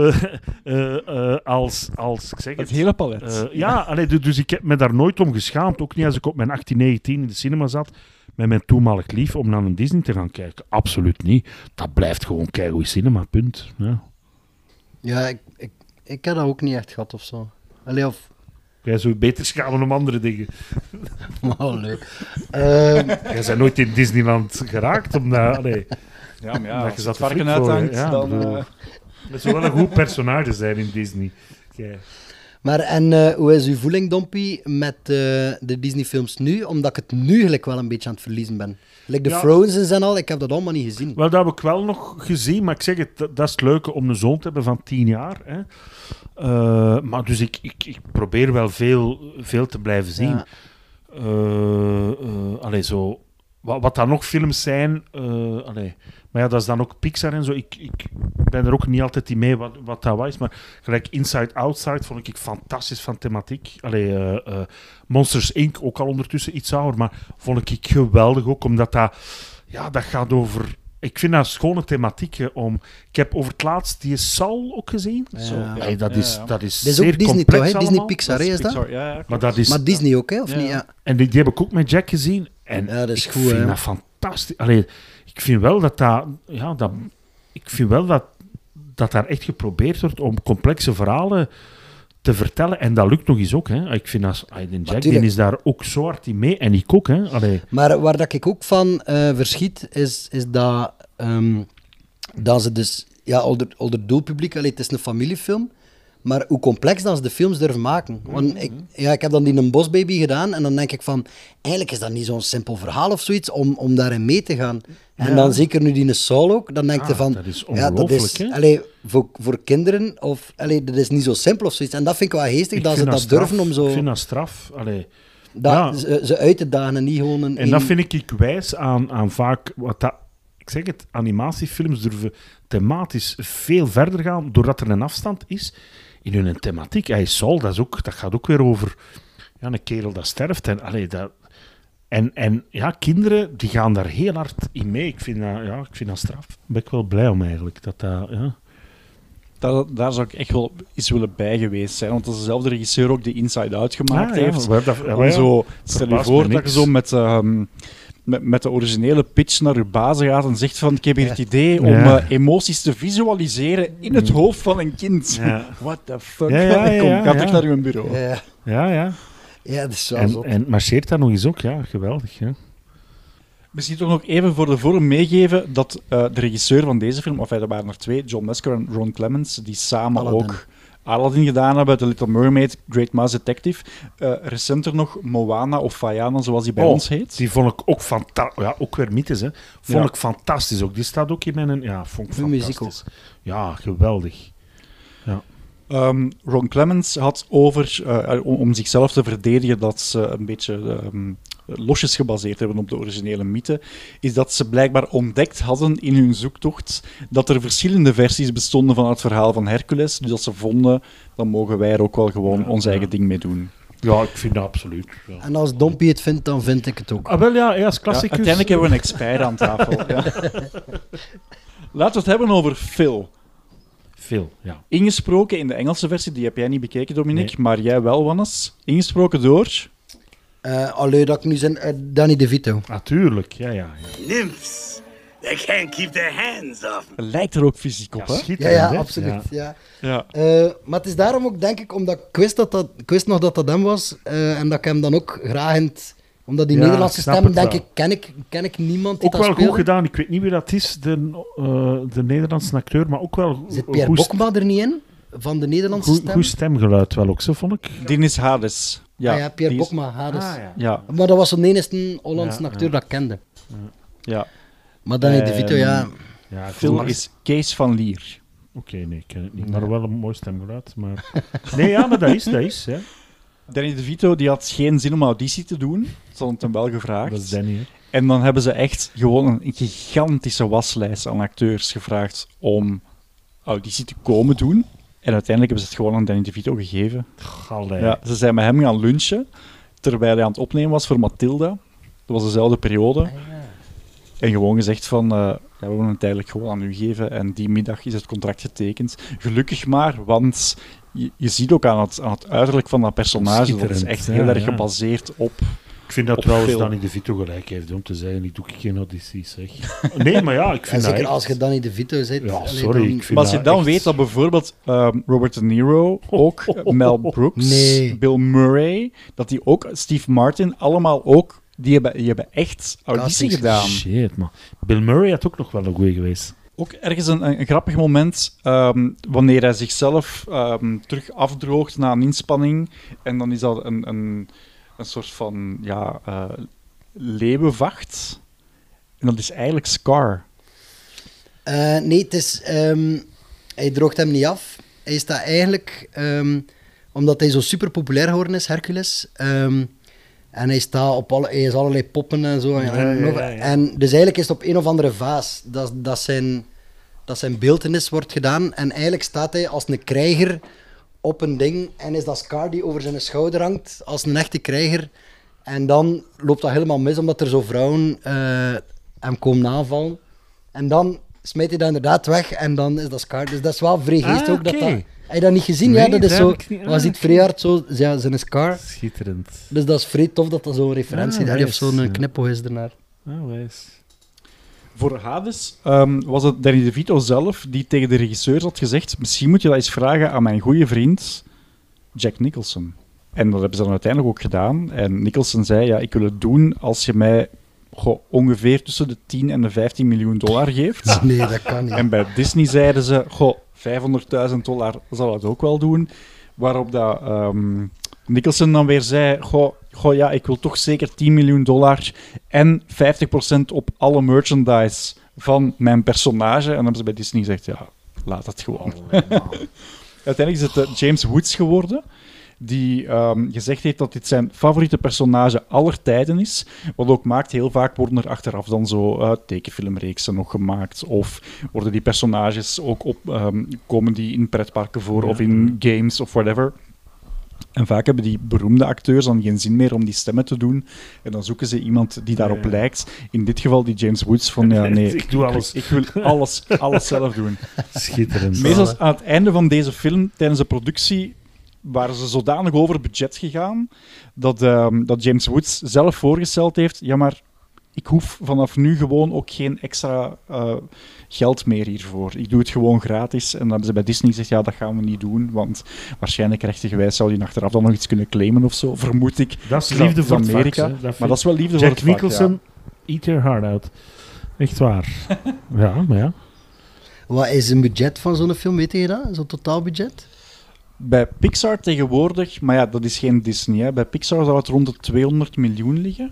Als ik zeg Het hele palet. dus ik heb me daar nooit om geschaamd. Ook niet als ik op mijn 18, 19 in de cinema zat met mijn toenmalig lief om naar een Disney te gaan kijken. Absoluut niet. Dat blijft gewoon keigoed cinema, punt. Ja. Ja, ik heb dat ook niet echt gehad of zo. Jij zou je beter schamen om andere dingen. Oh, leuk. Jij bent nooit in Disneyland geraakt, omdat... Allee, Ja, maar ja, dat als je het dat varken verflikt voor, uithangt, ja, dan... bedoel, dat zou wel een goed personage zijn in Disney. Kijk. Maar en hoe is uw voeling, Dompie, met de Disney-films nu? Omdat ik het nu gelijk wel een beetje aan het verliezen ben. Like de Ja. Frozen en al, ik heb dat allemaal niet gezien. Wel, dat heb ik wel nog gezien, maar ik zeg het, dat is het leuke om een zoon te hebben van 10 jaar. Hè. Maar dus ik probeer wel veel te blijven zien. Ja. Allee, zo... Wat dan nog films zijn... allee. Maar ja, dat is dan ook Pixar en zo. Ik ben er ook niet altijd in mee wat dat was. Maar gelijk Inside Outside vond ik fantastisch van thematiek. Allee, Monsters Inc. ook al ondertussen iets ouder. Maar vond ik geweldig ook, omdat dat... Ja, dat gaat over... Ik vind dat schone thematiek. Ik heb over het laatst die Saul ook gezien. Ja. Zo, allee, dat is Dat is zeer ook Disney complex toch, hè? Disney allemaal. Pixar, hè, is dat? Pixar, ja, Maar dat is... Maar Disney ook, hè? Of Ja. niet? Ja. En die heb ik ook met Jack gezien. En Ja, dat is ik goed, vind hè. dat fantastisch. Allee, ik vind wel ik vind wel dat daar echt geprobeerd wordt om complexe verhalen te vertellen. En dat lukt nog eens ook. Hè. Ik vind dat Jack Natuurlijk. die is daar ook zo hard in mee. En ik ook. Hè. Allee. Maar waar dat ik ook van verschiet, is dat ze dus... Ja, onder doelpubliek, allee, het is een familiefilm, maar hoe complex dat ze de films durven maken. Want ik heb dan die een Bosbaby gedaan en dan denk ik van, eigenlijk is dat niet zo'n simpel verhaal of zoiets om daarin mee te gaan. En Ja. dan zeker nu die een Saul ook, dan denk je Ja, van... dat is ja, dat ongelooflijk, is, hè? allee, voor kinderen, of dat is niet zo simpel of zoiets. En dat vind ik wel geestig, Ik dat ze vind dat straf. durven om zo... Ik vind dat straf. Allee. dat, ja. ze uit te dagen en niet gewoon een... En dat vind ik wijs aan vaak... Ik zeg het, animatiefilms durven thematisch veel verder gaan, doordat er een afstand is in hun thematiek. Hij Saul, dat gaat ook weer over een kerel dat sterft. En ja, kinderen die gaan daar heel hard in mee. Ik vind dat straf. Daar ben ik wel blij om eigenlijk. Daar zou ik echt wel eens willen bij geweest zijn. Want dat is dezelfde regisseur ook die Inside Out gemaakt heeft. Om zo, stel je Verbaast voor me dat je niks. zo met de originele pitch naar je bazen gaat en zegt van ik heb hier het idee om Ja. Emoties te visualiseren in het hoofd van een kind. Ja. What the fuck? Ja, Kom, ga ja. terug naar uw bureau. Ja, Ja. dat is wel zo. En marcheert dat nog eens ook? Ja, geweldig. Ja. Misschien toch nog even voor de vorm meegeven dat de regisseur van deze film, of er waren er twee, John Lasseter en Ron Clements, die samen Aladdin. ook Aladdin gedaan hebben, The Little Mermaid, Great Mouse Detective. Recenter nog Moana of Vaiana, zoals die bij ons heet. Die vond ik ook fantastisch. Ja, ook weer mythes, hè. Vond Ja. ik fantastisch ook. Die staat ook in mijn... Ja, vond ik Goeie muziek fantastisch. Ja, geweldig. Ron Clements had over, om zichzelf te verdedigen, dat ze een beetje losjes gebaseerd hebben op de originele mythe, is dat ze blijkbaar ontdekt hadden in hun zoektocht dat er verschillende versies bestonden van het verhaal van Hercules. Dus dat ze vonden, dan mogen wij er ook wel gewoon ons eigen ding mee doen. Ja, ik vind dat absoluut. Ja. En als Dompie het vindt, dan vind ik het ook. Ah, wel ja, als Ja, klassicus... uiteindelijk hebben we een expert aan tafel. Ja. Laten we het hebben over Phil. Veel, ja. Ingesproken in de Engelse versie, die heb jij niet bekeken, Dominique, Nee. maar jij wel, Wannes. Ingesproken door... Allee, dat ik nu zijn... Danny DeVito. Natuurlijk, ja. Nymphs. They can't keep their hands off me. Lijkt er ook fysiek op, hè? Ja, schitterend, hè? absoluut. Ja. Ja. Maar het is daarom ook, denk ik, omdat ik wist nog dat dat hem was, en dat ik hem dan ook graag in het... Omdat die Ja, Nederlandse ik snap stem, het denk wel. ik, ken ik niemand die Ook dat wel speelde. goed gedaan. Ik weet niet wie dat is, de Nederlandse acteur, maar ook wel Zit Pierre Bokma er niet in? Van de Nederlandse stem? goed stemgeluid wel ook, zo vond ik. Dennis Hades. Ja, Pierre die is- Bokma, Hades. Ja, Maar dat was zo'n enigste Hollandse Ja, acteur dat ik kende. ja. Maar Danny DeVito, ja... Ja, Phil is Kees van Lier. Oké, nee, ik ken het niet. Maar wel een mooi stemgeluid. Maar... Nee, ja, maar dat is. Ja. Danny DeVito die had geen zin om auditie te doen. Ze hadden het hem wel gevraagd. Dat is Danny, hè. En dan hebben ze echt gewoon een gigantische waslijst aan acteurs gevraagd om auditie te komen doen. En uiteindelijk hebben ze het gewoon aan Danny DeVito gegeven. Allee. Ja, ze zijn met hem gaan lunchen, terwijl hij aan het opnemen was voor Mathilda. Dat was dezelfde periode. En gewoon gezegd van, ja, we willen het eigenlijk gewoon aan u geven. En die middag is het contract getekend. Gelukkig maar, want je ziet ook aan het uiterlijk van dat personage, dat is Schitterend, echt ja, heel erg ja. gebaseerd Ik vind dat op trouwens film. Danny DeVito gelijk heeft om te zeggen, ik doe geen audities, zeg. Nee, maar ja, ik En vind dat zeker echt... als je Danny DeVito zit. Ja, allee, sorry, dan- ik vind Maar als je dat dan echt- weet dat bijvoorbeeld Robert De Niro, ook Mel Brooks, Nee. Bill Murray, dat die ook, Steve Martin, allemaal ook, die hebben echt auditie Castings. gedaan. Shit, man. Bill Murray had ook nog wel een goeie geweest. Ook ergens een grappig moment, wanneer hij zichzelf terug afdroogt na een inspanning. En dan is dat een soort van leeuwenvacht. En dat is eigenlijk Scar. Nee, het is... hij droogt hem niet af. Hij staat eigenlijk... omdat hij zo super populair geworden is, Hercules. En hij staat op hij is allerlei poppen en zo. En dus eigenlijk is het op een of andere vaas dat zijn beeltenis wordt gedaan. En eigenlijk staat hij als een krijger op een ding. En is dat Scar die over zijn schouder hangt als een echte krijger. En dan loopt dat helemaal mis, omdat er zo vrouwen hem komen aanvallen. En dan smijt hij dat inderdaad weg en dan is dat Scar. Dus dat is wel vrij geest ook. oké. Heb je dat niet gezien? Nee, Ja, dat is dat zo... heb ik niet- Was ziet vrij hard zo, ja, zijn Scar. Schitterend. Dus dat is vrij tof dat dat zo'n referentie Ah, is. Of zo'n wijs, ja. knippel is ernaar. Ah, wijs. Voor Hades was het Danny DeVito zelf die tegen de regisseur had gezegd: misschien moet je dat eens vragen aan mijn goede vriend Jack Nicholson. En dat hebben ze dan uiteindelijk ook gedaan. En Nicholson zei: ja, ik wil het doen als je mij ongeveer tussen de 10 en de 15 miljoen dollar geeft. Nee, dat kan niet. En bij Disney zeiden ze: $500.000 zal het ook wel doen. Waarop dat Nicholson dan weer zei: ja, ik wil toch zeker $10 miljoen en 50% op alle merchandise van mijn personage. En dan hebben ze bij Disney gezegd: ja, laat het gewoon. Uiteindelijk is het James Woods geworden, die gezegd heeft dat dit zijn favoriete personage aller tijden is. Wat ook maakt, heel vaak worden er achteraf dan zo tekenfilmreeksen nog gemaakt. Of worden die personages ook komen die in pretparken voor of in games of whatever. En vaak hebben die beroemde acteurs dan geen zin meer om die stemmen te doen. En dan zoeken ze iemand die daarop lijkt. In dit geval die James Woods van, ja, nee, Ik doe alles. Ik wil alles zelf doen. Schitterend. Meestal aan het einde van deze film, tijdens de productie, waren ze zodanig over budget gegaan dat James Woods zelf voorgesteld heeft: ja, maar ik hoef vanaf nu gewoon ook geen extra geld meer hiervoor. Ik doe het gewoon gratis. En dan hebben ze bij Disney gezegd: ja, dat gaan we niet doen, want waarschijnlijk rechtigewijs zou die achteraf dan nog iets kunnen claimen of zo, vermoed ik. Dat is liefde voor het vak, Amerika. hè. Maar dat is wel liefde voor Jack het vak, Nicholson, eat your heart out. Echt waar. Ja, maar ja. Wat is een budget van zo'n film, weet je dat? Zo'n totaalbudget? Bij Pixar tegenwoordig, maar ja, dat is geen Disney. Hè. Bij Pixar zou het rond de 200 miljoen liggen.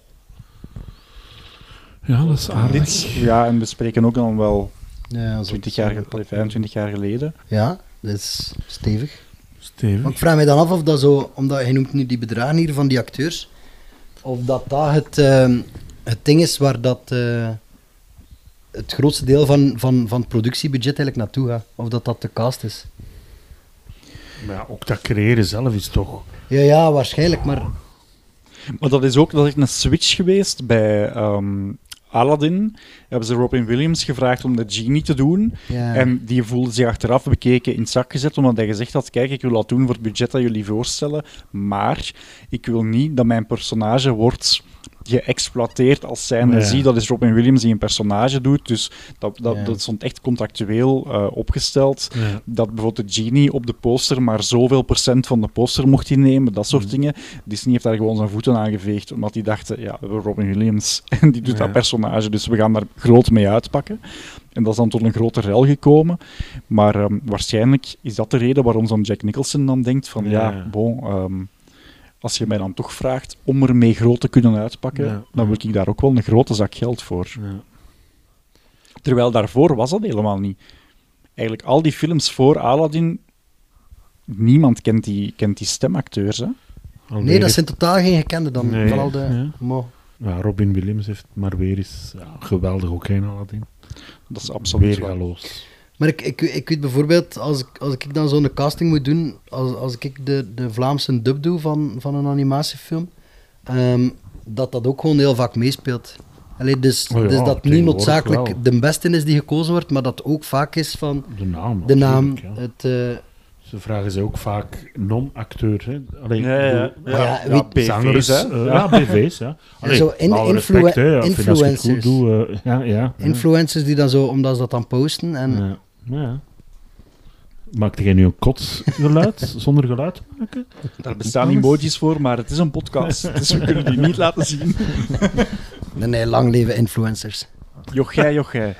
Ja, dat is aardig. Ja, en we spreken ook dan wel Ja, 25 jaar geleden. Ja, dat is stevig. Stevig. Maar ik vraag me dan af of dat zo, omdat je noemt nu die bedragen hier van die acteurs, of dat het ding is waar dat het grootste deel van het productiebudget eigenlijk naartoe gaat. Of dat de cast is. Maar ja, ook dat creëren zelf is toch... Ja, waarschijnlijk, maar... Maar dat is echt een switch geweest bij Aladdin. Hebben ze Robin Williams gevraagd om de genie te doen. Ja. En die voelde zich achteraf bekeken in het zak gezet, omdat hij gezegd had: kijk, ik wil dat doen voor het budget dat jullie voorstellen, maar ik wil niet dat mijn personage wordt geëxploiteerd als zijnde. Ja. Zie, dat is Robin Williams die een personage doet, dus Ja. dat stond echt contractueel opgesteld. Ja. Dat bijvoorbeeld de genie op de poster maar zoveel procent van de poster mocht innemen, dat soort dingen. Disney heeft daar gewoon zijn voeten aan geveegd, omdat die dachten: ja, we hebben Robin Williams en die doet Ja. dat personage, dus we gaan daar groot mee uitpakken. En dat is dan tot een grote rel gekomen. Maar waarschijnlijk is dat de reden waarom zo'n Jack Nicholson dan denkt van Ja. als je mij dan toch vraagt om ermee groot te kunnen uitpakken, Ja. dan wil ik daar ook wel een grote zak geld voor. Ja. Terwijl daarvoor was dat helemaal niet. Eigenlijk al die films voor Aladdin, niemand kent die stemacteurs, hè? Alweer Nee, dat is- zijn totaal geen gekende dan. Nee, Vooral de... ja. Maar- Ja, Robin Williams heeft maar weer eens... Ja, geweldig ook geen Aladdin. Dat is absoluut waar. Weergaloos. Maar ik weet bijvoorbeeld, als ik dan zo'n casting moet doen, als ik de Vlaamse dub doe van een animatiefilm, dat ook gewoon heel vaak meespeelt. Allee, dus, Oh ja, dus dat niet tegenwoordig noodzakelijk wel. de beste is die gekozen wordt, maar dat ook vaak is van De naam. de naam, natuurlijk, ja. het Ze vragen ze ook vaak non-acteur. Hè? Allee, Maar ja, weet- zangers, BV's, hè? BV's, ja. Allee, zo in- met alle respect, hè, ja, ik vind als je het goed influencers. doet, ja. Influencers die dan zo, omdat ze dat dan posten. En Ja. Maakte jij nu een kotsgeluid, zonder geluid te maken? Daar bestaan emojis voor, maar het is een podcast, dus we kunnen die niet laten zien. nee, lang leven influencers. Jochij.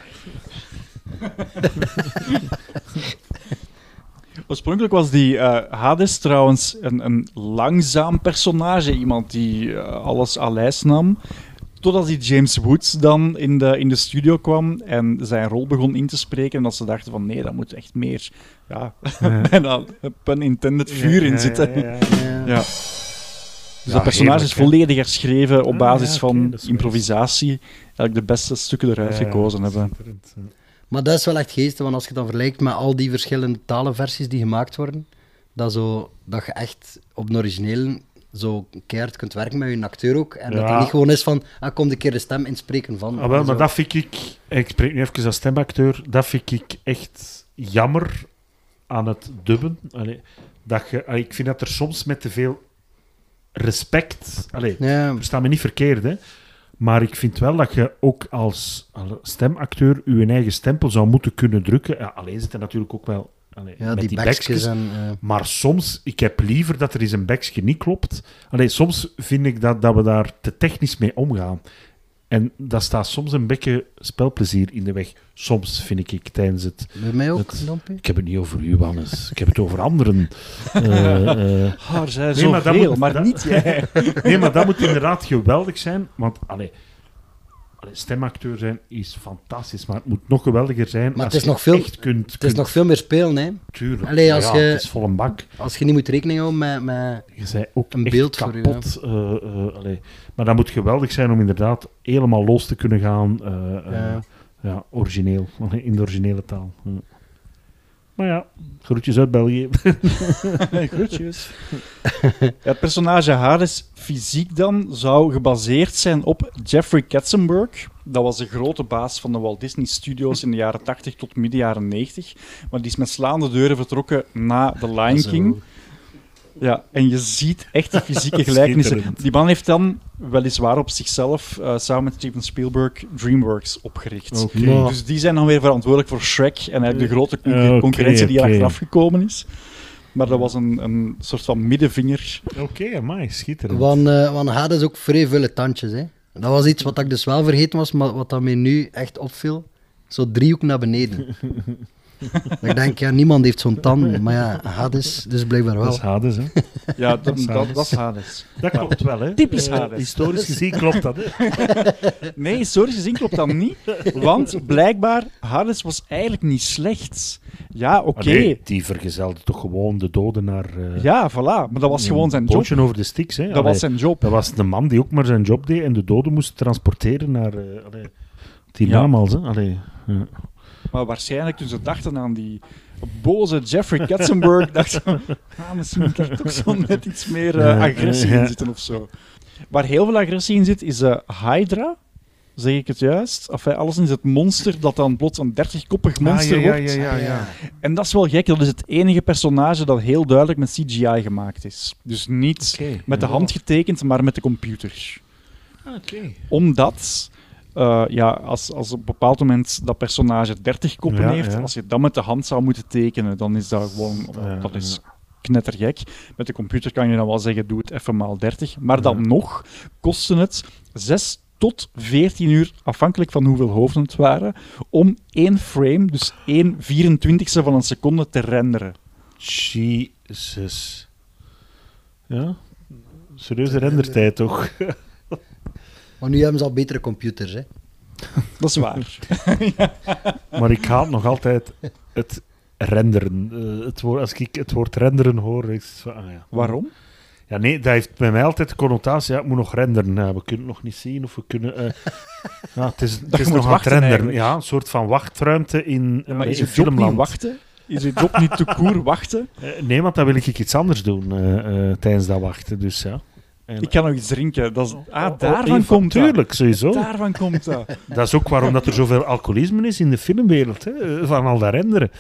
Oorspronkelijk was die Hades trouwens een langzaam personage. Iemand die alles à lijst nam. Totdat die James Woods dan in de studio kwam en zijn rol begon in te spreken. En dat ze dachten van nee, daar moet echt meer, bijna pun intended, vuur in zitten. Ja. Dus dat personage is volledig herschreven op basis van dat is improvisatie. Eigenlijk de beste stukken eruit gekozen hebben. Maar dat is wel echt geestig, want als je dan vergelijkt met al die verschillende talenversies die gemaakt worden, dat je echt op een origineel zo keihard kunt werken met je acteur ook. En dat het niet gewoon is van, kom een keer de stem inspreken van. Ah, wel, maar dat vind ik spreek nu even als stemacteur, dat vind ik echt jammer aan het dubben. Allee, ik vind dat er soms met te veel respect... Versta me niet verkeerd, hè. Maar ik vind wel dat je ook als stemacteur je eigen stempel zou moeten kunnen drukken. Ja, alleen zit er natuurlijk ook wel met die bekjes. Maar soms, ik heb liever dat er eens een bekje niet klopt. Soms vind ik dat we daar te technisch mee omgaan. En dat staat soms een beetje spelplezier in de weg. Soms, vind ik, tijdens het... Bij mij ook, Lampie? Ik heb het niet over u, Wannes. Ik heb het over anderen. Er zijn zoveel, maar niet jij. Nee, maar dat moet inderdaad geweldig zijn. Want, stemacteur zijn is fantastisch, maar het moet nog geweldiger zijn. Maar als het is je nog veel, echt kunt... Het is nog veel meer spelen, hè. Tuurlijk. Het is vol een bak. Als je niet moet rekening houden met Je zei ook een echt beeld kapot. voor u. Maar dat moet geweldig zijn om inderdaad helemaal los te kunnen gaan. Origineel. In de originele taal. Ja. Maar ja, groetjes uit België. Groetjes. Het personage Hades fysiek dan zou gebaseerd zijn op Jeffrey Katzenberg. Dat was de grote baas van de Walt Disney Studios in de jaren 80 tot midden jaren 90. Maar die is met slaande deuren vertrokken na The Lion King. Ja, en je ziet echt de fysieke gelijkenissen. Die man heeft dan weliswaar op zichzelf, samen met Steven Spielberg, DreamWorks opgericht. Okay. Dus die zijn dan weer verantwoordelijk voor Shrek en eigenlijk de grote concurrentie die achteraf gekomen is. Maar dat was een soort van middenvinger. Oké, amai, schitterend. Want Hades ook vrij veel tandjes, hè. Dat was iets wat ik dus wel vergeten was, maar wat dat mij nu echt opviel. Zo driehoek naar beneden. Ik denk, niemand heeft zo'n tand, maar ja, Hades, dus blijkbaar wel. Dat is Hades, hè? Ja, dat is Hades. Dat klopt wel, hè? Typisch Hades. Historisch gezien klopt dat, hè? Nee, historisch gezien klopt dat niet, want blijkbaar, Hades was eigenlijk niet slecht. Ja, oké. Nee, die vergezelde toch gewoon de doden naar... Ja, voilà, maar dat was gewoon zijn job. Bootje over de Styx, hè? Dat was zijn job. Dat was de man die ook maar zijn job deed en de doden moest transporteren naar... die namals, hè? Ja. Maar waarschijnlijk toen ze dachten aan die boze Jeffrey Katzenberg, dachten ze, misschien moet er toch zo net iets meer agressie in zitten of zo. Waar heel veel agressie in zit, is Hydra. Zeg ik het juist? Enfin, alles is het monster dat dan plots een 30-koppig monster wordt. Ja. En dat is wel gek, dat is het enige personage dat heel duidelijk met CGI gemaakt is. Dus niet met de hand getekend, maar met de computer. Omdat... als op een bepaald moment dat personage 30 koppen heeft, als je dat met de hand zou moeten tekenen, dan is dat gewoon... dat is knettergek. Met de computer kan je dan wel zeggen, doe het even maal 30. Maar dan nog kostte het 6 tot 14 uur, afhankelijk van hoeveel hoofden het waren, om 1 frame, dus 1/24 van een seconde, te renderen. Jezus. Ja? Serieuze rendertijd, toch? Maar nu hebben ze al betere computers, hè. Dat is waar. Maar ik haat nog altijd het renderen. Als ik het woord renderen hoor, is het van, Waarom? Ja, nee, dat heeft bij mij altijd de connotatie, het moet nog renderen. We kunnen het nog niet zien, of we kunnen... het is nog aan het renderen. Eigenlijk. Ja, een soort van wachtruimte in Maar is in je job niet filmland. wachten? Is je job niet te koer wachten? Nee, want dan wil ik iets anders doen tijdens dat wachten, dus ja. En, Ik kan nog iets drinken. Dat is, daarvan komt dat. Tuurlijk, sowieso. Daarvan komt dat. Dat is ook waarom dat er zoveel alcoholisme is in de filmwereld. Hè? Van al dat renderen.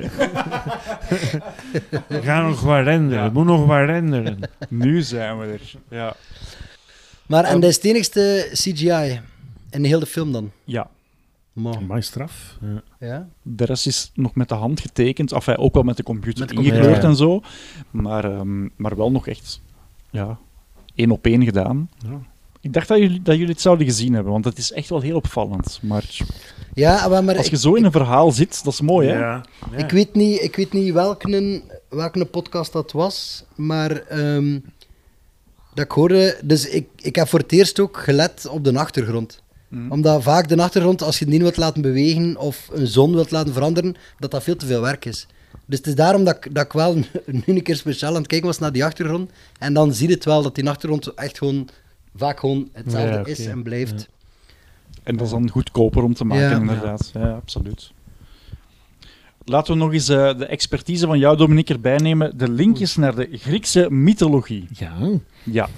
We gaan nog wat renderen. Het moet nog wat renderen. Nu zijn we er. Ja. Maar en dat is het enigste CGI in de hele film dan? Ja. Man. Amai, straf. Ja. Ja? De rest is nog met de hand getekend. Enfin, ook wel met de computer Met de computer, ingekleurd ja. en zo. Maar wel nog echt 1 op 1 gedaan. Ja. Ik dacht dat jullie het zouden gezien hebben, want het is echt wel heel opvallend. Maar Ja, maar als je zo in een verhaal zit, dat is mooi, hè? Ja. ik weet niet welke podcast dat was, maar dat ik hoorde... Dus ik heb voor het eerst ook gelet op de achtergrond. Omdat vaak de achtergrond, als je het niet wilt laten bewegen of een zon wilt laten veranderen, dat veel te veel werk is. Dus het is daarom dat ik wel nu een keer speciaal aan het kijken was naar die achtergrond. En dan zie je het wel, dat die achtergrond echt vaak gewoon hetzelfde is en blijft. En dat is dan goedkoper om te maken, Ja. inderdaad. Ja, absoluut. Laten we nog eens de expertise van jou, Dominique, erbij nemen. De linkjes naar de Griekse mythologie. Ja. Ja.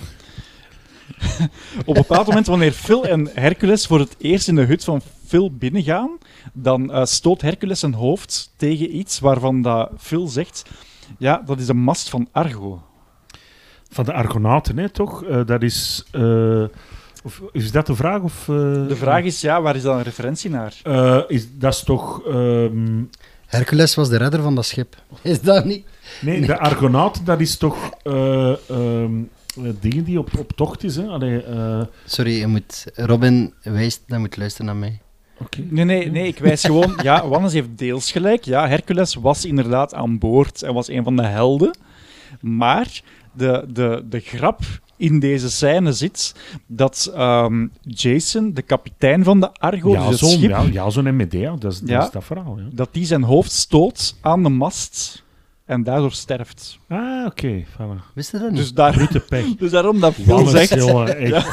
Op een bepaald moment, wanneer Phil en Hercules voor het eerst in de hut van Phil binnengaan, dan stoot Hercules zijn hoofd tegen iets waarvan dat Phil zegt, ja, dat is de mast van Argo. Van de Argonauten, hè, toch? Dat is... of, is dat de vraag? Of, De vraag is, ja, waar is dat een referentie naar? Dat is toch... Hercules was de redder van dat schip. Is dat niet? nee, de Argonauten, dat is toch... dingen die op tocht is, hè? Allee, Sorry, Robin wijst, dat moet luisteren naar mij. okay. Nee, ik wijs gewoon... Ja, Wannes heeft deels gelijk. Ja, Hercules was inderdaad aan boord en was een van de helden. Maar de grap in deze scène zit dat Jason, de kapitein van de Argo, dus het schip, Jason en Medea, dat is dat verhaal. Ja. dat die zijn hoofd stoot aan de mast en daardoor sterft. Ah, oké. Voilà. Wist je dat niet? Dus daarom dat Phil Jannes, zegt... jongen, echt.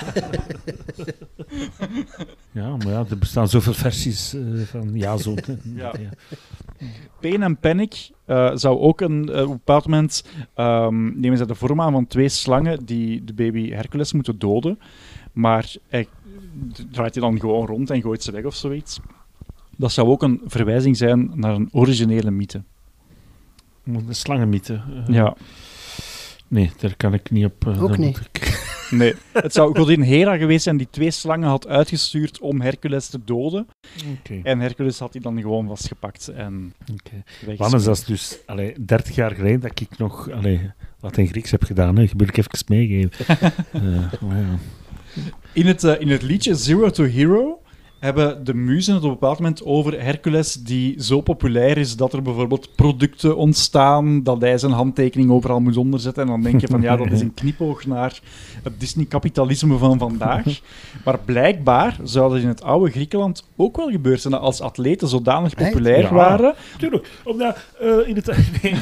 Ja, maar ja, er bestaan zoveel versies van Jason. Ja. Pain en Panic zou ook op een bepaald moment nemen ze de vorm aan van 2 slangen die de baby Hercules moeten doden. Maar hij draait hij dan gewoon rond en gooit ze weg of zoiets. Dat zou ook een verwijzing zijn naar een originele mythe. De slangenmythe. Ja. Nee, daar kan ik niet op. Ook niet. Nee, het zou godin Hera geweest zijn die 2 slangen had uitgestuurd om Hercules te doden. Okay. En Hercules had die dan gewoon vastgepakt en weggespeeld. Wanneer dat is dus 30 jaar geleden dat ik nog wat in Grieks heb gedaan. Hè. Wil ik even meegeven. Maar ja. In het liedje Zero to Hero hebben de muzen het op een bepaald moment over Hercules die zo populair is dat er bijvoorbeeld producten ontstaan, dat hij zijn handtekening overal moet onderzetten. En dan denk je van ja, dat is een knipoog naar het Disney-kapitalisme van vandaag. Maar blijkbaar zou dat in het oude Griekenland ook wel gebeurd zijn, dat als atleten zodanig populair Ja. waren. Tuurlijk. Omdat in het...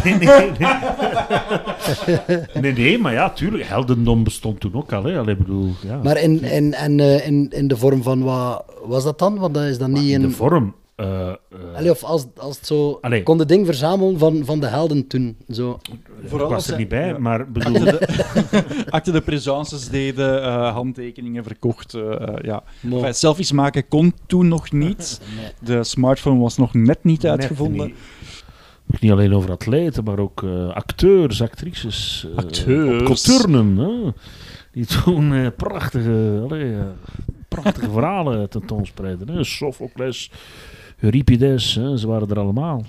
Nee, maar ja, tuurlijk. Heldendom bestond toen ook al. Hè. Allee, bedoel, ja. Maar in de vorm van wat was dat dan? Want dat is dan niet in in... de vorm... Allee, of als het zo... Allee. Kon de ding verzamelen van de helden toen. Zo. Vooral ik als was er ze- niet bij, ja. maar bedoel... Acte de présences deden, handtekeningen verkocht. Ja. Mo. Enfin, selfies maken kon toen nog niet. De smartphone was nog net niet uitgevonden. Ook niet alleen over atleten, maar ook acteurs, actrices. Acteurs. Op coturnen. Hè, die toen prachtige verhalen tentoonspreiden. Hè. Sophocles, Euripides, hè, ze waren er allemaal.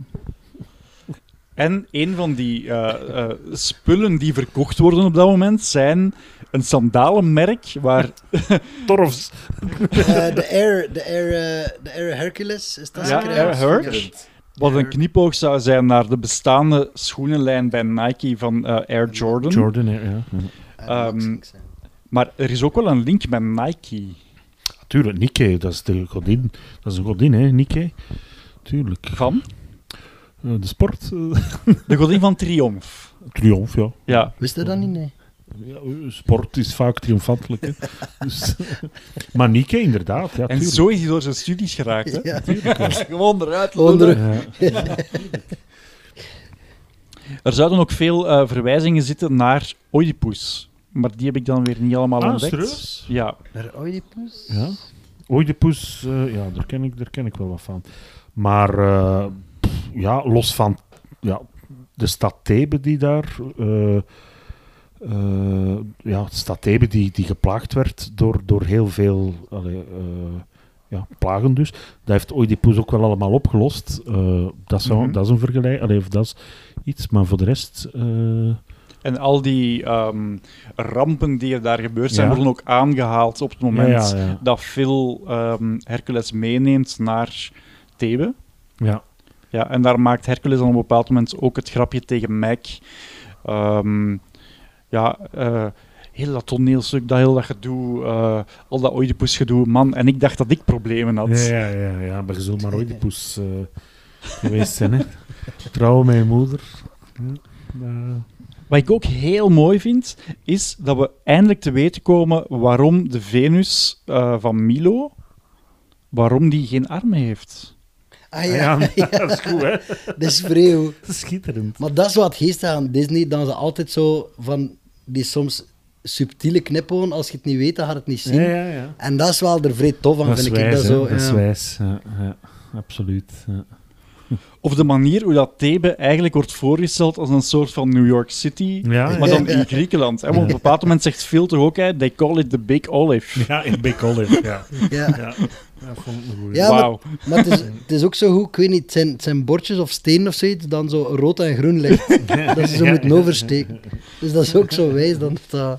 En een van die spullen die verkocht worden op dat moment zijn een sandalenmerk waar... Torfs. De Air Hercules, is dat Ja, zeker? Air Herc. Wat een knipoog zou zijn naar de bestaande schoenenlijn bij Nike van Air Jordan. Jordan, ja. Maar er is ook wel een link met Nike. Tuurlijk, Nike, dat is de godin. Dat is een godin, hè, Nike. Tuurlijk. Van? De sport. De godin van triomf. Triomf, ja. Ja. Wist je dat niet? Nee. Ja, sport is vaak triomfantelijk. Hè. Dus, maar Nike, inderdaad. Ja, En tuurlijk. zo is hij door zijn studies geraakt. Hè? Ja. Gewoon eruit Onder- lullen. Er zouden ook veel verwijzingen zitten naar Oedipus. maar die heb ik dan weer niet allemaal ontdekt. serieus? Ja. Naar Oedipus? Ja. Oedipus, ja, daar ken ik wel wat van. Maar ja, los van de stad Thebe die daar... de stad Thebe die geplaagd werd door heel veel plagen dus. Dat heeft Oedipus ook wel allemaal opgelost. Dat is een vergelijking. Of dat is iets, maar voor de rest... En al die rampen die er daar gebeurd zijn, worden ook aangehaald op het moment dat Phil Hercules meeneemt naar Thebe. Ja. Ja, en daar maakt Hercules dan op een bepaald moment ook het grapje tegen Mac. Heel dat toneelstuk, dat heel dat gedoe, al dat Oedipus-gedoe, man. En ik dacht dat ik problemen had. Ja, maar je zult maar Oedipus geweest zijn, hè. Trouwen met je moeder. Wat ik ook heel mooi vind, is dat we eindelijk te weten komen waarom de Venus van Milo, waarom die geen armen heeft. Ja. Dat is goed, hè. Dat is vreeuw. Dat is schitterend. Maar dat is wat geestig aan Disney, dan ze altijd zo van die soms subtiele knipogen, als je het niet weet, dan gaat het niet zien. Ja. En dat is wel er vrij tof aan, Dat is vind wijs, ik. Dat, zo, dat is wijs. Ja, absoluut. Ja. Of de manier hoe dat Thebe eigenlijk wordt voorgesteld als een soort van New York City, Ja, maar dan in Griekenland. Hè? Want op een bepaald moment zegt Phil toch ook, they call it the Big Olive. Ja, in Big Olive, ja. Ja. Dat vond ik een goeie. Ja, Wauw. maar het is ook zo goed, ik weet niet, het zijn bordjes of stenen of zoiets, dan zo rood en groen ligt. Dat ze zo moeten oversteken. Dus dat is ook zo wijs dan dat...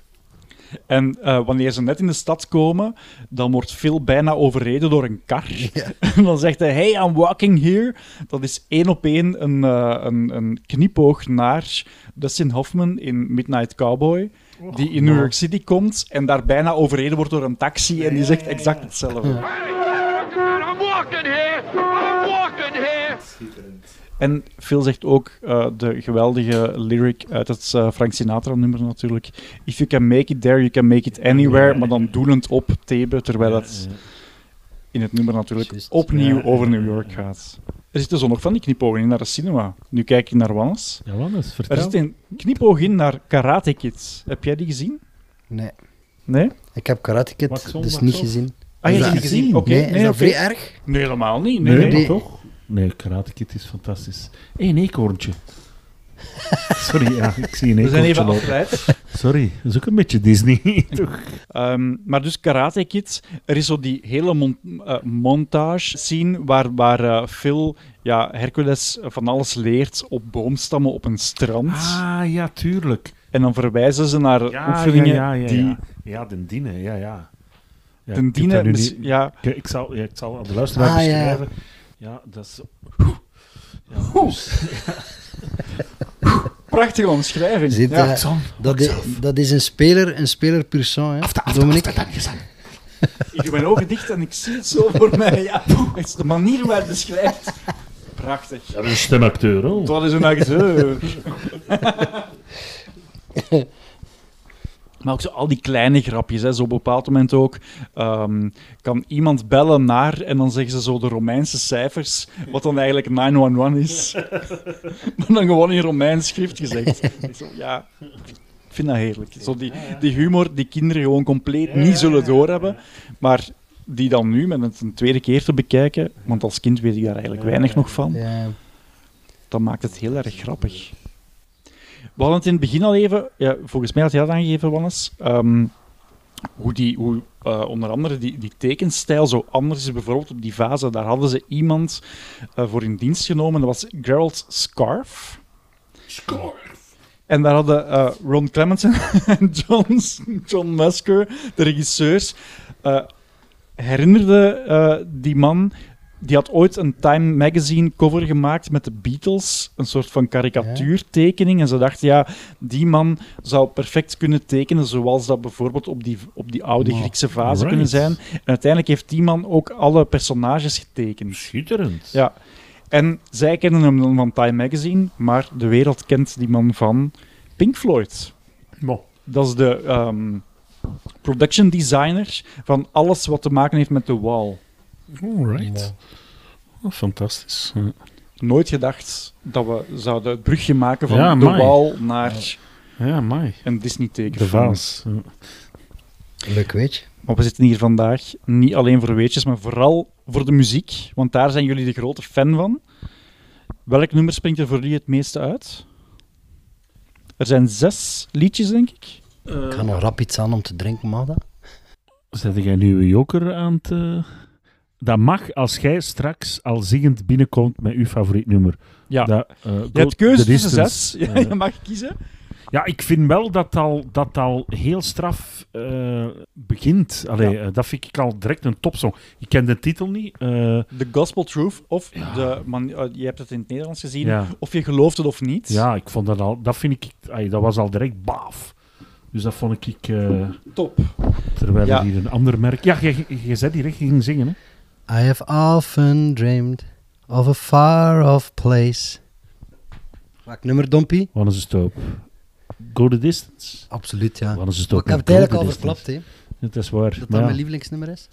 En wanneer ze net in de stad komen, dan wordt Phil bijna overreden door een kar. En dan zegt hij, hey, I'm walking here. Dat is 1 op 1 een knipoog naar Dustin Hoffman in Midnight Cowboy, die in New York City komt en daar bijna overreden wordt door een taxi en die zegt exact hetzelfde. I'm walking here! I'm walking here! En Phil zegt ook de geweldige lyric uit het Frank Sinatra-nummer natuurlijk. If you can make it there, you can make it anywhere. Maar dan doelend op Thebe, terwijl het in het nummer natuurlijk opnieuw over New York gaat. Er zitten zo nog van die knipogen in naar de cinema. Nu kijk ik naar Wannes. Ja, Wannes, Er vertel. zit een knipoog in naar Karate Kid. Heb jij die gezien? Nee. Nee? Ik heb Karate Kid Waxon, dus Waxon. niet gezien. Ah, je Is hebt die dat- niet gezien? Oké. Nee, is Nee, dat oké. vrij erg? Nee, helemaal niet. Nee, Nee. toch? Nee, Karate Kid is fantastisch. Een eekhoorntje. Sorry, ja, ik zie een We zijn eekhoorntje even lopen. afgeleid. Sorry, dat is ook een beetje Disney, toch? Maar dus Karate Kid, er is zo die hele montage scene waar Phil Hercules van alles leert op boomstammen op een strand. Ah, ja, tuurlijk. En dan verwijzen ze naar oefeningen die... Ja, de Dine, ja. Ja, De ik heb Dine, dat nu niet- ja, Ik zal aan de luisteraar Ah, ja. beschrijven. Ja, dat is... Ja, dus- prachtige omschrijving. Zit, Ja. dat is een speler pur sang, hè? Dominique? Ik doe mijn ogen dicht en ik zie het zo voor mij. Ja, het is de manier hoe hij het beschrijft. Prachtig. Dat is een stemacteur, hoor. Dat is een acteur. Maar ook zo al die kleine grapjes. Hè. Zo op een bepaald moment ook kan iemand bellen naar en dan zeggen ze zo de Romeinse cijfers, wat dan eigenlijk 911 is. Maar dan gewoon in Romeins schrift gezegd. Ik zo, ja, ik vind dat heerlijk. Zo die humor die kinderen gewoon compleet niet zullen doorhebben, maar die dan nu met het een tweede keer te bekijken, want als kind weet ik daar eigenlijk weinig nog van, Ja. dan maakt het heel erg grappig. We hadden het in het begin al even, volgens mij had jij dat aangegeven, Wannes, hoe onder andere die tekenstijl zo anders is. Bijvoorbeeld op die vazen, daar hadden ze iemand voor in dienst genomen, dat was Gerald Scarfe. En daar hadden Ron Clements en John Musker, de regisseurs, herinnerde die man... Die had ooit een Time Magazine cover gemaakt met de Beatles, een soort van karikatuurtekening. En ze dachten, die man zou perfect kunnen tekenen, zoals dat bijvoorbeeld op die oude Griekse vazen kunnen zijn. En uiteindelijk heeft die man ook alle personages getekend. Schitterend. Ja. En zij kennen hem dan van Time Magazine, maar de wereld kent die man van Pink Floyd. Dat is de production designer van alles wat te maken heeft met The Wall. Alright. Oh, fantastisch. Ja. Nooit gedacht dat we zouden het brugje maken van Ja, The amai. Wall naar Ja, amai. Een Disney De tekenfilm. vaas. Ja. Leuk weetje. Maar we zitten hier vandaag niet alleen voor weetjes, maar vooral voor de muziek. Want daar zijn jullie de grote fan van. Welk nummer springt er voor jullie het meeste uit? Er zijn 6 liedjes, denk ik. Ik ga nog rap iets aan om te drinken, mag dat? Zet jij nu een joker aan het... Dat mag als jij straks al zingend binnenkomt met uw favoriet nummer. Ja. Dat, Je hebt keuze tussen 6. Ja, Ja, je mag kiezen. ja, ik vind wel dat al heel straf begint. Allee, dat vind ik al direct een topsong. Ik ken de titel niet. The Gospel Truth, of Ja. je hebt het in het Nederlands gezien, Ja. of je gelooft het of niet. Ja, ik vond dat al... Dat vind ik... dat was al direct baaf. Dus dat vond ik... Top. terwijl Ja. er hier een ander merk... Ja, je zei direct, je ging zingen, hè? I have often dreamed of a far-off place. Welk nummer, Dompie? Wat is een stop? Go the distance? Absoluut, ja. Wat is een Maar stop? ik heb het eigenlijk al verklapt, hè. Het is waar. Dat dat Maar ja, mijn lievelingsnummer is.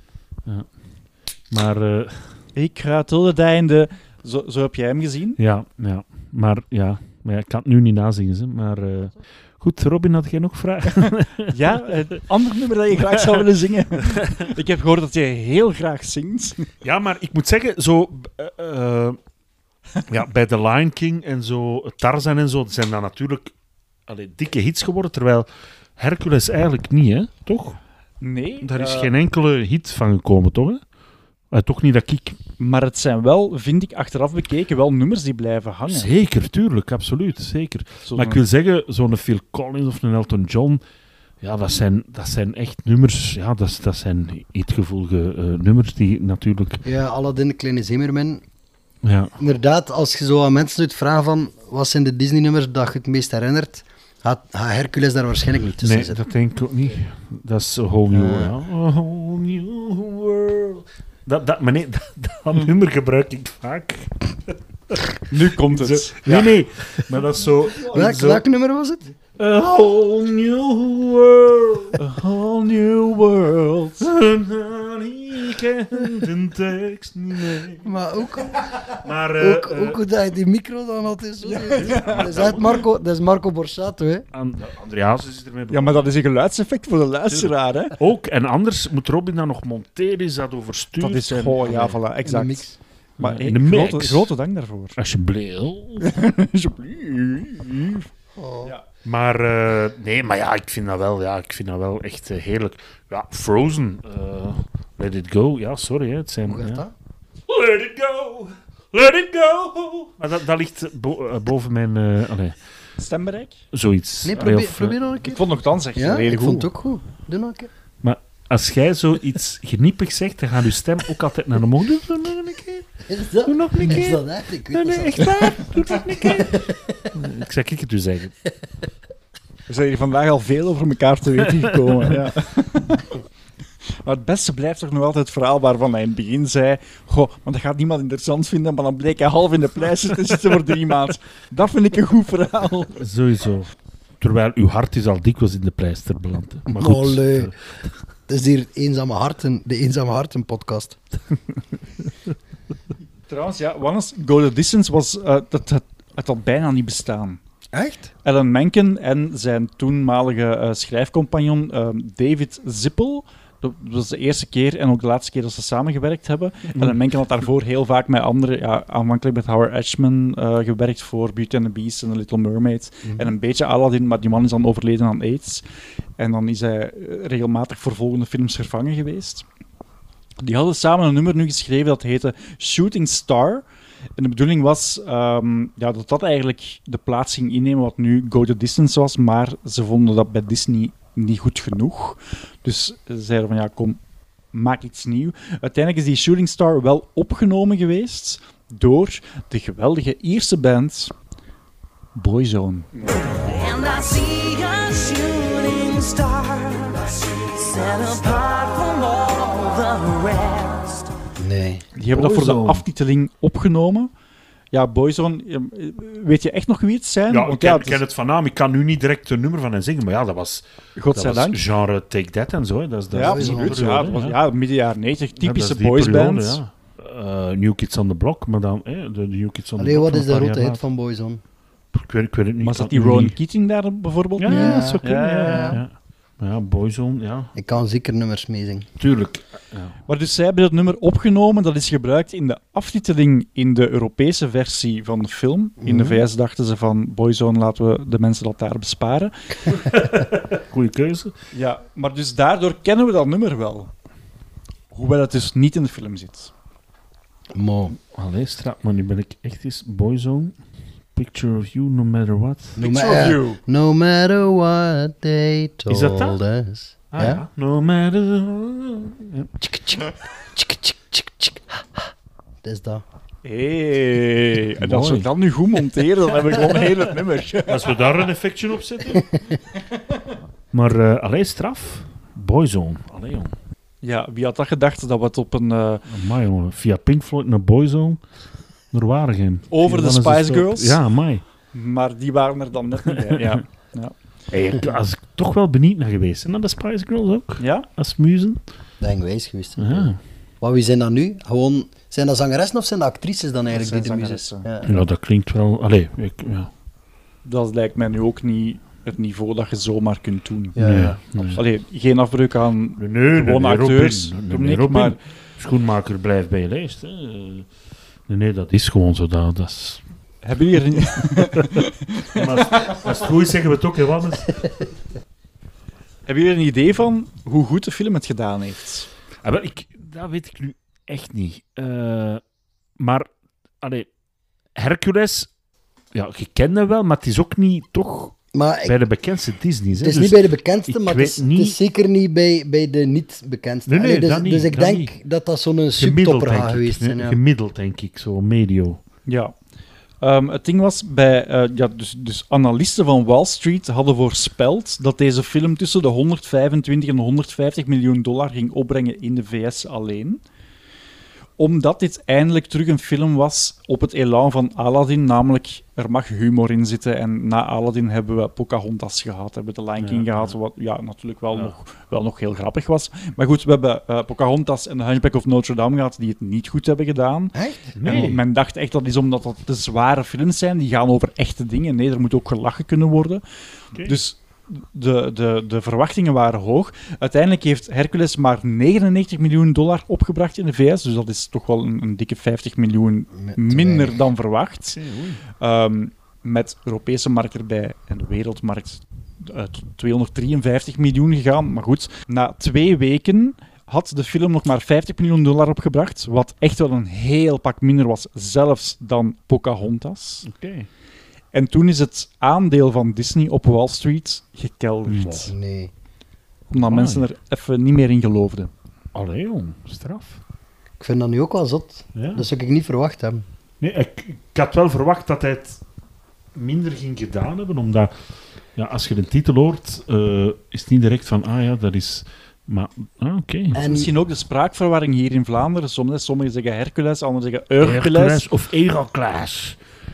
maar Ik ga tot het einde. Zo heb jij hem gezien. ja. Maar ja, ik kan het nu niet nazingen. Hè. Maar goed, Robin, had jij nog vragen? Ja, het andere nummer dat je graag zou willen zingen. Ik heb gehoord dat je heel graag zingt. Ja, maar ik moet zeggen, zo... ja, bij The Lion King en zo, Tarzan en zo, zijn dat natuurlijk dikke hits geworden, terwijl Hercules eigenlijk niet, hè? Toch? Nee. Daar is geen enkele hit van gekomen, toch? Hè? Toch niet dat ik... Maar het zijn wel, vind ik, achteraf bekeken, wel nummers die blijven hangen. Zeker, tuurlijk, absoluut, zeker. Zo Maar ik wil zeggen, zo'n Phil Collins of een Elton John, ja, dat zijn echt nummers, ja, dat zijn hitgevoelige nummers die natuurlijk... Ja, Aladdin, de Kleine Zeemeermin. Ja, Inderdaad, als je zo aan mensen doet vragen van wat zijn de Disney-nummers dat je het meest herinnert, gaat Hercules daar waarschijnlijk niet tussen nee, zitten. dat denk ik ook niet. Dat is een whole new world. Ja. A whole new world. Maar nee, dat nummer gebruik ik vaak. Nu komt het. Zo, nee, maar dat is zo... Welk nummer was het? A whole new world. A whole new world. Ik ken de tekst niet mee. Maar ook Maar hoe dat je die micro dan altijd zo doet. Dat is Marco Borsato, hè. Andreas is ermee Ja, maar dat is een geluidseffect voor de luisteraar, hè? ook. En anders moet Robin dan nog monteren, is dat overstuurd. Dat is gewoon, ja, voilà, In de exact. mix. Maar In de mix. grote dank daarvoor. Alsjeblieft. Ja. Maar nee, maar ja, ik vind dat wel echt heerlijk. Ja, Frozen, Let It Go, ja, sorry, hè, het zijn... Hoe gaat ja. dat? Let it go, let it go. Maar dat ligt boven mijn, Stembereik? zoiets. Nee, Allee, of, probeer nog een keer. Ik vond nogthans echt Ja, redelijk ik vond goed. het ook goed. Doe nog een keer. Maar als jij zoiets geniepig zegt, dan gaat je stem ook altijd naar de mond. Doe het nog een keer. Is dat, Doe nog een is keer. dat echt? Ik weet Nee, dat echt waar. Doe het nog een keer. Ik zeg het u zeggen. We zijn hier vandaag al veel over elkaar te weten gekomen. Ja. Maar het beste blijft toch nog altijd het verhaal waarvan hij in het begin zei: goh, maar dat gaat niemand interessant vinden, maar dan bleek hij half in de pleister te zitten voor 3 maanden. Dat vind ik een goed verhaal. Sowieso. Terwijl uw hart is al dikwijls in de pleister beland. Hè. Maar goed. Olé. Het is hier de Eenzame Harten podcast. Trouwens, ja, Wannes, Go the Distance was, het had bijna niet bestaan. Echt? Alan Menken en zijn toenmalige schrijfcompagnon David Zippel. Dat was de eerste keer en ook de laatste keer dat ze samengewerkt hebben. Alan Menken had daarvoor heel vaak met anderen, ja, aanvankelijk met Howard Ashman gewerkt voor Beauty and the Beast en The Little Mermaid. En een beetje Aladdin, maar die man is dan overleden aan AIDS. En dan is hij regelmatig voor volgende films vervangen geweest. Die hadden samen een nummer nu geschreven dat heette Shooting Star. En de bedoeling was dat dat eigenlijk de plaats ging innemen wat nu Go the Distance was, maar ze vonden dat bij Disney niet goed genoeg. Dus ze zeiden van ja, kom, maak iets nieuws. Uiteindelijk is die Shooting Star wel opgenomen geweest door de geweldige Ierse band Boyzone. And I see a shooting star set apart from all the rest. Nee. Die hebben dat voor de Boyzone. aftiteling opgenomen. Ja, Boyzone, weet je echt nog wie het zijn? Ja, Want ik ken het van naam. Ik kan nu niet direct een nummer van hen zingen, maar ja, dat was godzijdank. genre Take That en zo. Hè. Dat is Ja, is een absoluut. periode, Ja, dat was, ja, midden jaren 90, typische boysband. boysband. New Kids on the Block, maar dan de New Kids on the Allee, Block. wat is van de een paar grote jaar hit van Boyzone? Ik weet het niet. Maar zat die Rowan Keating daar bijvoorbeeld? Ja, Ja. dat is oké. Ja. Ja, Boyzone, ja. Ik kan zeker nummers meezingen. Tuurlijk. Ja. Maar dus zij hebben dat nummer opgenomen, dat is gebruikt in de aftiteling in de Europese versie van de film. In de VS dachten ze van Boyzone, laten we de mensen dat daar besparen. Goeie keuze. Ja, maar dus daardoor kennen we dat nummer wel. Hoewel het dus niet in de film zit. Mo. Allee, strap, maar nu ben ik echt eens Boyzone. Picture of you, no matter what. No matter what they told Is dat dat? us. Ah, ja. No matter what. Dat is dat. Hé, en als we Mooi. dat nu goed monteren, dan hebben we gewoon heel het nummer. Als we daar een effectje op zetten. Maar, allee, straf. Boyzone. Allee, jong. Ja, wie had dat gedacht dat we het op een... Amai, jongen. Via Pink Floyd naar Boyzone. Naar Waregem. Over de Dan is het Spice zo- Girls? Ja, amai. Maar die waren er dan net niet bij. Ja. Hey, ik was toch wel benieuwd naar geweest. En naar de Spice Girls ook? Ja? Als muzen? Dat is geweest geweest. Ja. Maar wie zijn dat nu? Gewoon, zijn dat zangeressen of zijn dat actrices dan eigenlijk Dat die de zijn muziek? zangeressen. Ja. Ja, dat klinkt wel... Allee, ja. Dat lijkt mij nu ook niet het niveau dat je zomaar kunt doen. Ja, ja. Nee. Allee, geen afbreuk aan Nee, gewone acteurs, Robin. Dominique, Robin. maar... Schoenmaker blijft bij je lijst. Hè. Nee, dat is gewoon zo. Dat is... Hebben jullie er niet... Maar als het goed is, zeggen we het ook, hè, Wannes? Hebben jullie er een idee van hoe goed de film het gedaan heeft? Ah, wel, dat weet ik nu echt niet. Maar, allee, Hercules, ja, je kent hem wel, maar het is ook niet toch Maar bij de bekendste Disney's. het Hè. is Dus niet bij de bekendste, ik maar weet het is zeker niet bij de niet bekendste. Nee, nee, Allee, dus, dat niet, dus ik dat denk niet. dat dat zo'n gemiddeld, subtopper denk gaat ik. geweest zijn. Nee, Ja. gemiddeld, denk ik, zo medio. Ja. Het ding was, dus analisten van Wall Street hadden voorspeld dat deze film tussen de 125 en 150 miljoen dollar ging opbrengen in de VS alleen. Omdat dit eindelijk terug een film was op het elan van Aladdin, namelijk er mag humor in zitten. En na Aladdin hebben we Pocahontas gehad, hebben we The Lion King gehad, wat ja, natuurlijk wel nog heel grappig was. Maar goed, we hebben Pocahontas en The Hunchback of Notre Dame gehad, die het niet goed hebben gedaan. Echt? En men dacht echt dat is omdat dat de zware films zijn, die gaan over echte dingen. Nee, er moet ook gelachen kunnen worden. Oké. Dus de verwachtingen waren hoog. Uiteindelijk heeft Hercules maar 99 miljoen dollar opgebracht in de VS, dus dat is toch wel een dikke 50 miljoen minder weinig. dan verwacht. Met Europese markt erbij en de wereldmarkt tot 253 miljoen gegaan. Maar goed, na 2 weken had de film nog maar 50 miljoen dollar opgebracht, wat echt wel een heel pak minder was, zelfs dan Pocahontas. Oké. En toen is het aandeel van Disney op Wall Street gekelderd. Nee. Omdat mensen er even niet meer in geloofden. Allee, jong. Straf. Ik vind dat nu ook wel zot. Ja. Dat zou ik niet verwacht hebben. Nee, ik had wel verwacht dat hij het minder ging gedaan hebben, omdat ja, als je de titel hoort, is het niet direct van, ah ja, dat is... Maar, oké. En Misschien ook de spraakverwarring hier in Vlaanderen. Sommigen zeggen Hercules, anderen zeggen Hercules. Hercules of Heracles.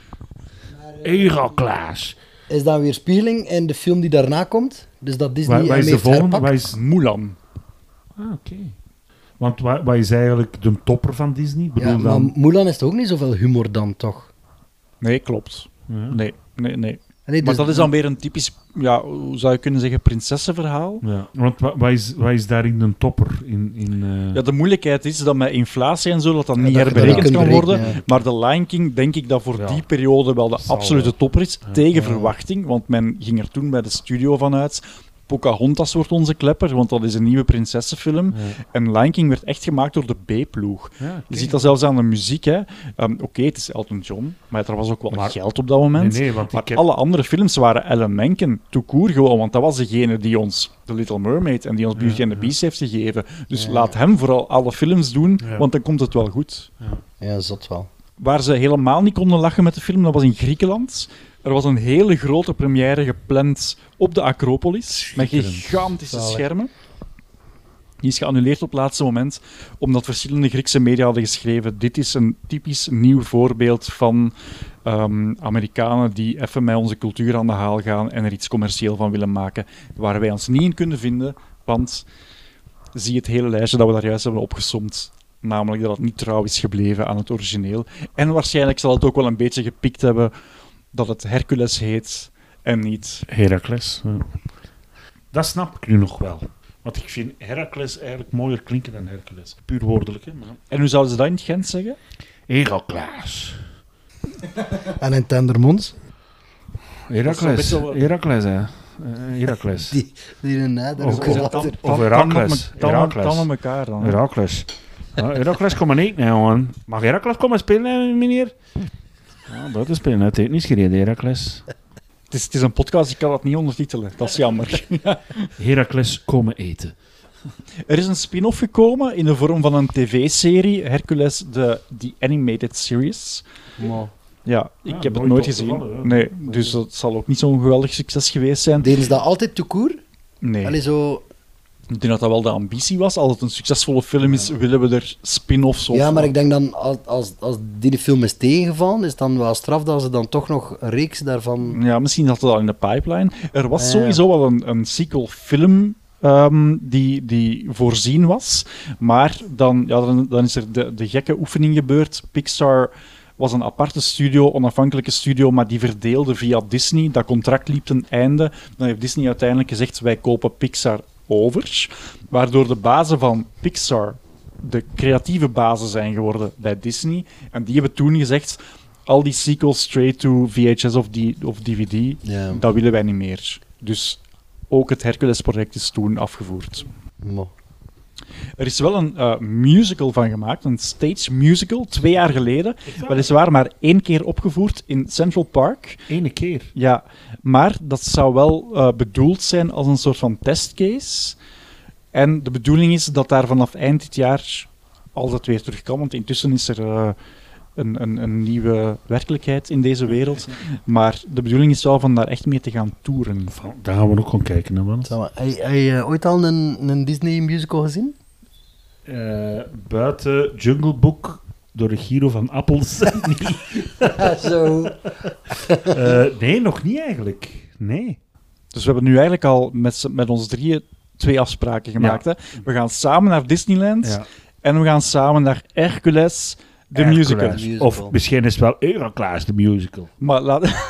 Heracles. is dat weer spiegeling in de film die daarna komt? Dus dat Disney Waar hem is de heeft volgende? herpakt? Waar is... Mulan. Ah, oké. Want wat is eigenlijk de topper van Disney? Ik Ja, bedoel maar dan... Mulan is toch ook niet zoveel humor dan, toch? Nee, klopt. Ja. Nee. Allee, Maar dus- dat is dan weer een typisch, ja, hoe zou je kunnen zeggen, prinsessenverhaal. Ja, want wat is daarin een topper? Ja, de moeilijkheid is dat met inflatie en zo, dat Ja, niet dat je dat herberekend kunt kan berekenen, worden. ja. Maar The Lion King, denk ik dat voor Ja. die periode wel de Zal absolute wel. topper is, Ja. tegen Ja. verwachting. Want men ging er toen bij de studio vanuit. Pocahontas wordt onze klepper, want dat is een nieuwe prinsessenfilm. En Lion King werd echt gemaakt door de B-ploeg. Je ziet dat zelfs aan de muziek. Hè. Oké, het is Elton John, maar er was ook wel Maar- geld op dat moment. Nee, want Maar ik heb... alle andere films waren Alan Menken, tout court gewoon, want dat was degene die ons The Little Mermaid en die ons Beauty and the Beast heeft gegeven. Dus laat hem vooral alle films doen, Ja. want dan komt het wel goed. Ja, zot wel. Waar ze helemaal niet konden lachen met de film, dat was in Griekenland. Er was een hele grote première gepland op de Acropolis, met gigantische Zalig. schermen. Die is geannuleerd op het laatste moment, omdat verschillende Griekse media hadden geschreven: dit is een typisch nieuw voorbeeld van Amerikanen die even met onze cultuur aan de haal gaan en er iets commercieel van willen maken, waar wij ons niet in kunnen vinden, want zie het hele lijstje dat we daar juist hebben opgesomd. Namelijk dat het niet trouw is gebleven aan het origineel. En waarschijnlijk zal het ook wel een beetje gepikt hebben dat het Hercules heet en niet... Heracles. Ja. Dat snap ik nu nog wel. Want ik vind Heracles eigenlijk mooier klinken dan Hercules. Puur woordelijk, hè. Maar... En hoe zouden ze dat in het Gent zeggen? Heracles. En in Tendermonds? Heracles. Dat is wel- Heracles, hè. Heracles. Die een nader Of- ook of- later. Of Heracles. Dan op elkaar dan. hè. Heracles. Ja, Heracles, kom maar niet, nee, jongen. Mag Heracles komen spelen, meneer? Ja, buiten spelen, het heeft niet gereden, Heracles. Het is een podcast, ik kan dat niet ondertitelen. Dat is jammer. Heracles, komen eten. Er is een spin-off gekomen in de vorm van een tv-serie, Hercules, the Animated Series. Ja, ik heb het nooit nooit gezien. opgevallen, ja. Nee, dus dat zal ook niet zo'n geweldig succes geweest zijn. Deden ze dat altijd tout court? Nee. Allee, zo... Ik denk dat dat wel de ambitie was. Als het een succesvolle film is, willen we er spin-offs op. Ja, maar ik denk dan, als die film is tegengevallen, is het dan wel straf dat ze dan toch nog een reeks daarvan... Ja, misschien had het al in de pipeline. Er was Ja. sowieso wel een sequel-film die voorzien was. Maar dan is er de gekke oefening gebeurd. Pixar was een aparte studio, onafhankelijke studio, maar die verdeelde via Disney. Dat contract liep ten einde. Dan heeft Disney uiteindelijk gezegd, wij kopen Pixar over. Waardoor de bazen van Pixar de creatieve bazen zijn geworden bij Disney. En die hebben toen gezegd, al die sequels straight to VHS of DVD, Ja. dat willen wij niet meer. Dus ook het Hercules-project is toen afgevoerd. Mo. Er is wel een musical van gemaakt, een stage musical, 2 jaar geleden. Weliswaar maar 1 keer opgevoerd in Central Park. Ene keer. Ja, maar dat zou wel bedoeld zijn als een soort van testcase. En de bedoeling is dat daar vanaf eind dit jaar al dat weer terug kan, want intussen is er een nieuwe werkelijkheid in deze wereld. Maar de bedoeling is wel van daar echt mee te gaan toeren. Daar gaan we ook gewoon kijken, hè, man. Heb je ooit al een Disney musical gezien? Buiten Jungle Book door de Giro van Appels. Zo. Nee, nog niet eigenlijk. Nee. Dus we hebben nu eigenlijk al met ons drieën 2 afspraken gemaakt. Ja. Hè? We gaan samen naar Disneyland Ja. en we gaan samen naar Hercules, de musical. musical. Of misschien is het wel Heracles, de musical. Maar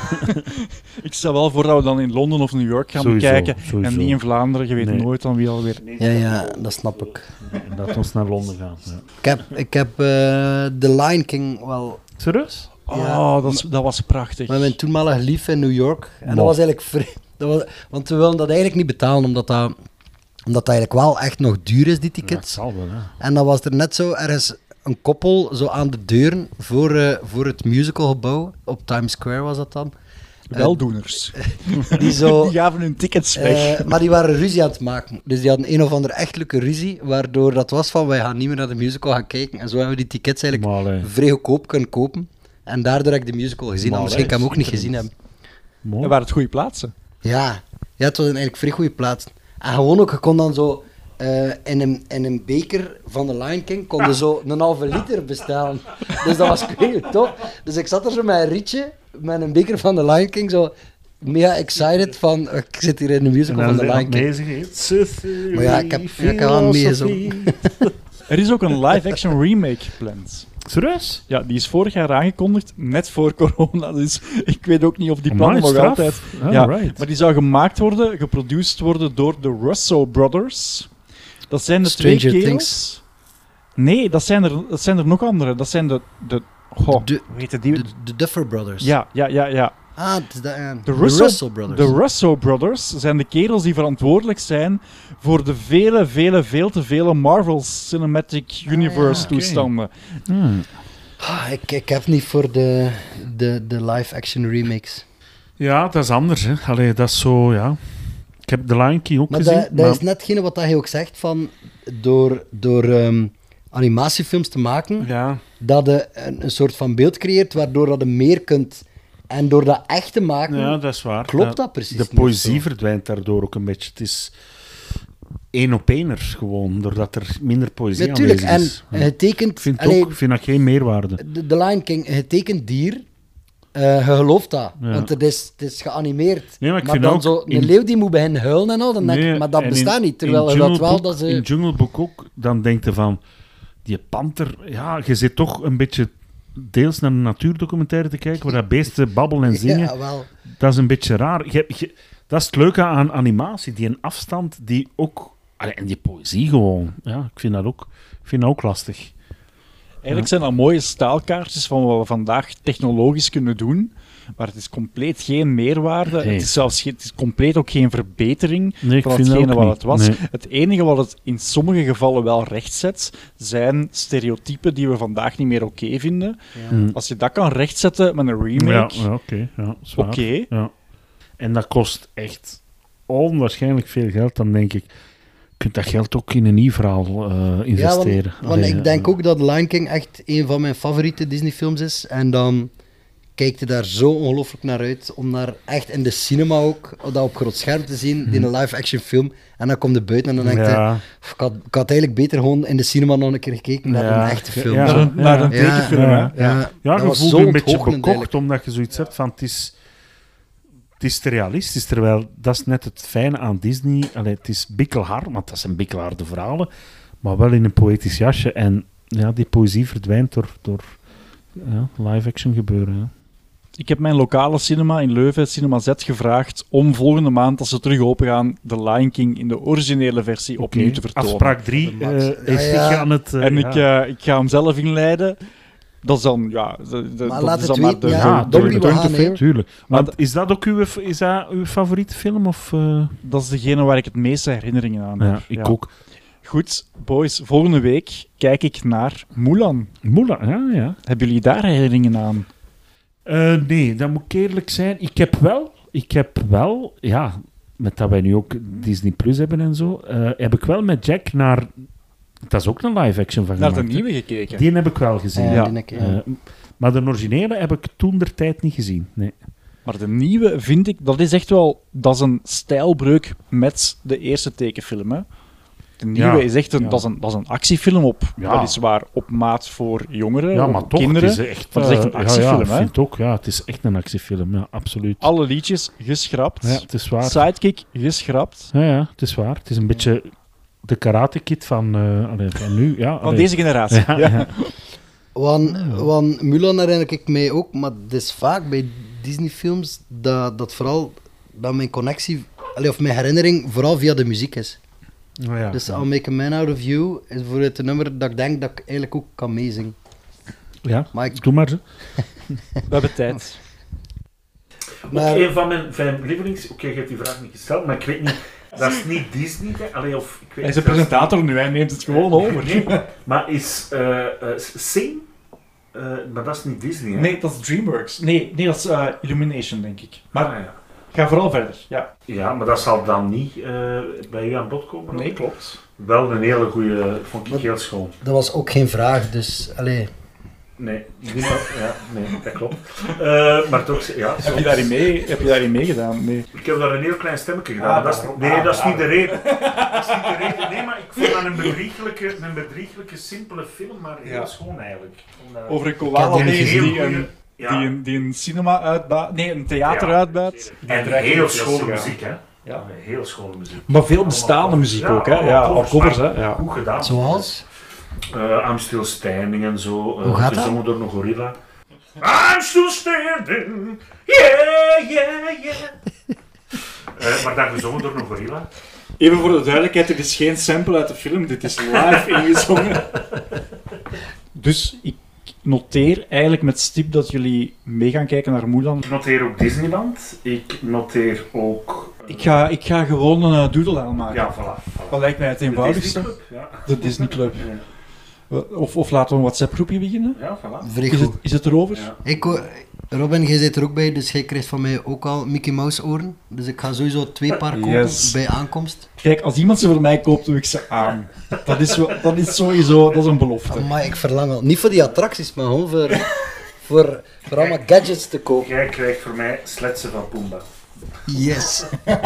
ik stel wel voor dat we dan in Londen of New York gaan Sowieso, bekijken sowieso. en niet in Vlaanderen. Je weet Nee. nooit dan wie alweer. Ja, dat snap ik. En dat we ons naar Londen gaan. Ja. Ik heb The Lion King wel... Serieus? Oh, dat was prachtig. Met mijn toenmalige lief in New York. En Mo. dat was eigenlijk want we wilden dat eigenlijk niet betalen, omdat dat eigenlijk wel echt nog duur is, die Ja, het tickets. zal wel, hè. En dan was er net zo ergens een koppel zo aan de deuren voor het musicalgebouw. Op Times Square was dat dan. Weldoeners. Die zo... Die gaven hun tickets weg. maar die waren ruzie aan het maken. Dus die hadden een of andere echtelijke ruzie, waardoor dat was van, wij gaan niet meer naar de musical gaan kijken. En zo hebben we die tickets eigenlijk Maar, vrij goedkoop kunnen kopen. En daardoor heb ik de musical gezien, Maar, anders ging ik hem ook niet schitterend. gezien hebben. Mooi. En waren het goede plaatsen. Ja, het was eigenlijk vrij goede plaats. En gewoon ook, je kon dan zo in een beker van de Lion King, kon je zo een halve liter bestellen. Dus dat was cool, toch? Dus ik zat er zo met een rietje, met een beker van de Lion King, zo mega excited van, ik zit hier in de musical van de Lion King. Maar ja, ik heb wel meegezongen. Er is ook een live-action remake gepland. Serieus? Ja, die is vorig jaar aangekondigd, net voor corona. Dus ik weet ook niet of die Amai, plannen nog straf. altijd... Ah, ja, right. maar die zou gemaakt worden, geproduceerd worden door de Russo Brothers. Dat zijn de Stranger 2 kerels. Things. Nee, dat zijn er nog andere. Dat zijn de goh, De- hoe heet die? De Duffer Brothers. Ja. Ah, het is De de Russell Russell Brothers. De Russo Brothers zijn de kerels die verantwoordelijk zijn voor de veel te vele Marvel Cinematic Universe oké. toestanden. Ik heb niet voor de live-action remakes. Ja, dat is anders, hè. Allee, dat is zo, ja. Ik heb The Lion King ook Maar gezien. dat is netgene wat hij ook zegt, van door animatiefilms te maken, Ja, dat je een soort van beeld creëert, waardoor dat je meer kunt. En door dat echt te maken, ja, dat is waar. klopt dat precies De niet poëzie zo. verdwijnt daardoor ook een beetje. Het is één op ééner gewoon, doordat er minder poëzie natuurlijk. En aanwezig is. Ja. je tekent... Ik vind, allee, ook, vind dat geen meerwaarde. de Lion King, je tekent dier, je gelooft dat, Ja. want het is geanimeerd. Nee, maar ik maar vind dan ook zo een in- leeuw die moet beginnen huilen en al, dan denk ik, Nee, maar dat en bestaat in- niet. Terwijl in je dat Jungle wel... Book- Dat ze... In Jungle Book ook, dan denk je van... Die panter, ja, je zit toch een beetje deels naar een natuurdocumentaire te kijken, waar dat beesten babbelen en zingen. Ja, wel. Dat is een beetje raar. Dat is het leuke aan animatie, die een afstand die ook... Allee, en die poëzie gewoon. Ja, ik vind dat ook lastig. Eigenlijk zijn dat mooie staalkaartjes van wat we vandaag technologisch kunnen doen, maar het is compleet geen meerwaarde. Nee. Het is compleet ook geen verbetering Nee, ik van vind hetgene dat ook wat het was. niet. Nee. Het enige wat het in sommige gevallen wel rechtzet, zijn stereotypen die we vandaag niet meer oké vinden. Als je dat kan rechtzetten met een remake, Ja, oké. Ja, zwaar. oké. Ja. En dat kost echt onwaarschijnlijk veel geld. Dan denk ik, je kunt dat geld ook in een nieuw verhaal investeren. Ja, want ik denk ook dat Lion King echt een van mijn favoriete Disney-films is. En dan kijk je daar zo ongelooflijk naar uit, om daar echt in de cinema ook, dat op groot scherm te zien, in een live-action film. En dan komt je buiten en dan denk je, Ja. ik had eigenlijk beter gewoon in de cinema nog een keer gekeken naar Ja. een echte film. Ja. Zo. naar een Ja. tekenfilm. Ja. hè. Ja, Ja, dat je was voelt zo je een beetje onthoogdend bekocht, eigenlijk. omdat je zoiets hebt van, het is te realistisch, terwijl dat is net het fijne aan Disney. Allee, het is bikkelhard, want dat zijn bikkelharde verhalen, maar wel in een poëtisch jasje. En ja, die poëzie verdwijnt door live-action gebeuren. Ja. Ik heb mijn lokale cinema in Leuven, Cinema Z, gevraagd om volgende maand, als ze terug open gaan, The Lion King in de originele versie opnieuw te vertonen. Afspraak 3 De Max. is Ja. zich aan het... En ja. ik ga hem zelf inleiden. Dat is dan, ja... Maar laat het dan maar weten, ja. Ja, Dolby, we tuurlijk. gaan, hè. Tuurlijk. Maar Want is dat ook uw favoriete film? Of, Dat is degene waar ik het meeste herinneringen aan heb. ja, ik ook. Goed, boys, volgende week kijk ik naar Mulan. Mulan, ja. Hebben jullie daar herinneringen aan? Nee, dat moet ik eerlijk zijn. Ik heb wel, ja, met dat wij nu ook Disney Plus hebben en zo, heb ik wel met Jack naar... Dat is ook een live-action van Naar de gemaakt, hè. nieuwe gekeken. Die heb ik wel gezien. Ja, Ja. die denk ik, ja. Maar de originele heb ik toen der tijd niet gezien. Nee. Maar de nieuwe vind ik, dat is echt wel... Dat is een stijlbreuk met de eerste tekenfilm, hè. De nieuwe Ja, is echt een, ja. dat is een actiefilm op, Ja. weliswaar op maat voor jongeren, Ja, maar op toch, kinderen. het is echt, maar het is echt een actiefilm, ik hè. vind het ook, ja, het is echt een actiefilm, ja, absoluut. Alle liedjes geschrapt. Ja, het is waar. Sidekick geschrapt. Ja, het is waar. Het is een beetje de Karate Kid van nu. Ja, Van deze generatie. Ja, Ja. ja. Want Mulan herinner ik mij ook, maar het is vaak bij Disney-films dat vooral dat mijn connectie, of mijn herinnering, vooral via de muziek is. Oh, ja. Dus I'll Make a Man Out of You is bijvoorbeeld een nummer dat ik denk dat ik eigenlijk ook kan meezingen. Ja, Maar ik- doe maar zo. We hebben tijd. Maar- Ook een van mijn lievelings... Oké, je hebt die vraag niet gesteld, maar ik weet niet... Dat is niet Disney, hè? Allee, of... Ik weet Hij is niet, de dat presentator nu, hij neemt het gewoon over. Nee, maar is... Sing? Maar dat is niet Disney, hè? Nee, dat is DreamWorks. Nee, dat is Illumination, denk ik. Maar Ah, ja. ga vooral verder. Ja. Ja, maar dat zal dan niet bij u aan bod komen? Nee, klopt. Wel een hele goede... Vond ik heel schoon. Dat was ook geen vraag, dus allee. Nee, dat klopt. Maar toch, ja. Heb je daarin meegedaan? Nee. Ik heb daar een heel klein stemmetje gedaan. Ah, maar dat is, daarom. nee, dat is Ah, niet de reden. Dat is niet de reden. Nee, maar ik vond dat een bedrieglijke, simpele film, maar heel Ja. schoon eigenlijk. Omdat- Over een koala Ik heb die lezen die heel een, goeie- ja. die een cinema uitbuit. Nee, een theater Ja. uitbuit. En dreigt heel ook schone te gaan. muziek, hè? Ja. Heel schone muziek. Maar veel bestaande muziek ook, hè? allemaal Ja, al covers, hè? maar Ja. Goed gedaan. Zoals? I'm Still Standing en zo. Hoe gaat dat? gezongen door een gorilla. I'm still standing, yeah. Maar dan gezongen door een gorilla. Even voor de duidelijkheid, dit is geen sample uit de film, dit is live ingezongen. Dus ik noteer eigenlijk met stip dat jullie mee gaan kijken naar Mulan. Ik noteer ook Disneyland. Ik noteer ook... Ik ga gewoon een doodle aanmaken. Ja, voilà. Dat lijkt mij het De eenvoudigste. Disney Club, ja. De Disney Club. Of laten we een WhatsApp-groepje beginnen? Ja, voilà. Vrij Is goed. het erover? Ja. Robin, jij zit er ook bij, dus jij krijgt van mij ook al Mickey Mouse oren. Dus ik ga sowieso 2 paar kopen Yes. bij aankomst. Kijk, als iemand ze voor mij koopt, doe ik ze aan. Dat is sowieso, dat is een belofte. Maar ik verlang al, niet voor die attracties, maar gewoon voor allemaal gadgets te kopen. Jij krijgt voor mij sletsen van Pumba. Yes.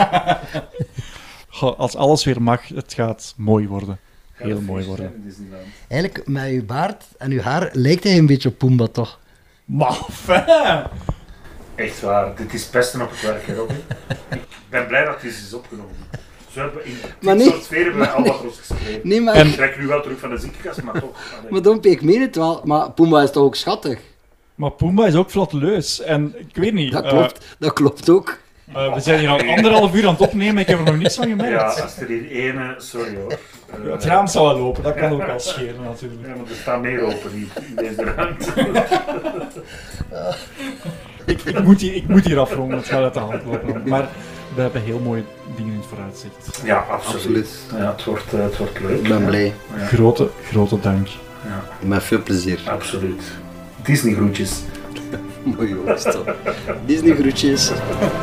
Goh, als alles weer mag, het gaat mooi worden. Gaat Heel een mooi feestje worden. zijn in Disneyland. Eigenlijk, met uw baard en uw haar lijkt hij een beetje op Pumbaa, toch? Maar fijn! Echt waar, dit is pesten op het werk, hè, Robin. Ik ben blij dat dit is opgenomen. Zo hebben we in Maar dit nee, soort sferen hebben we Albatros geschreven. Nee, maar, En- Ik trek nu wel terug van de ziekenkast, maar toch. Allee. maar Dompie, ik meen het wel, maar Pumbaa is toch ook schattig? Maar Pumbaa is ook vlatteus. En ik weet niet... Dat klopt ook. we zijn hier al 1,5 uur aan het opnemen. Ik heb er nog niets van gemerkt. als er hier ene... Sorry hoor. Het raam zal wel open. Dat kan ook al schelen natuurlijk. Ja, maar er staat meer open in deze ruimte. Ik moet hier afronden. Het gaat uit de hand lopen. Maar we hebben heel mooie dingen in het vooruitzicht. Ja, absoluut. Ja, het wordt leuk. Ik ben blij. Ja. Grote dank. Ja, Met veel plezier. absoluut. Disney groetjes. Mooi jongens, toch. Disney groetjes.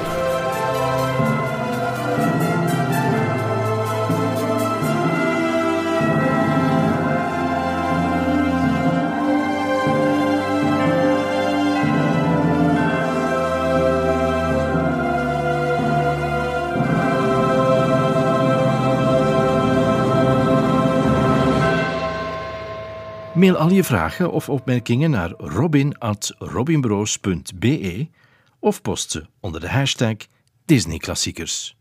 Mail al je vragen of opmerkingen naar robin@robinbroos.be of post ze onder de hashtag Disney Klassiekers.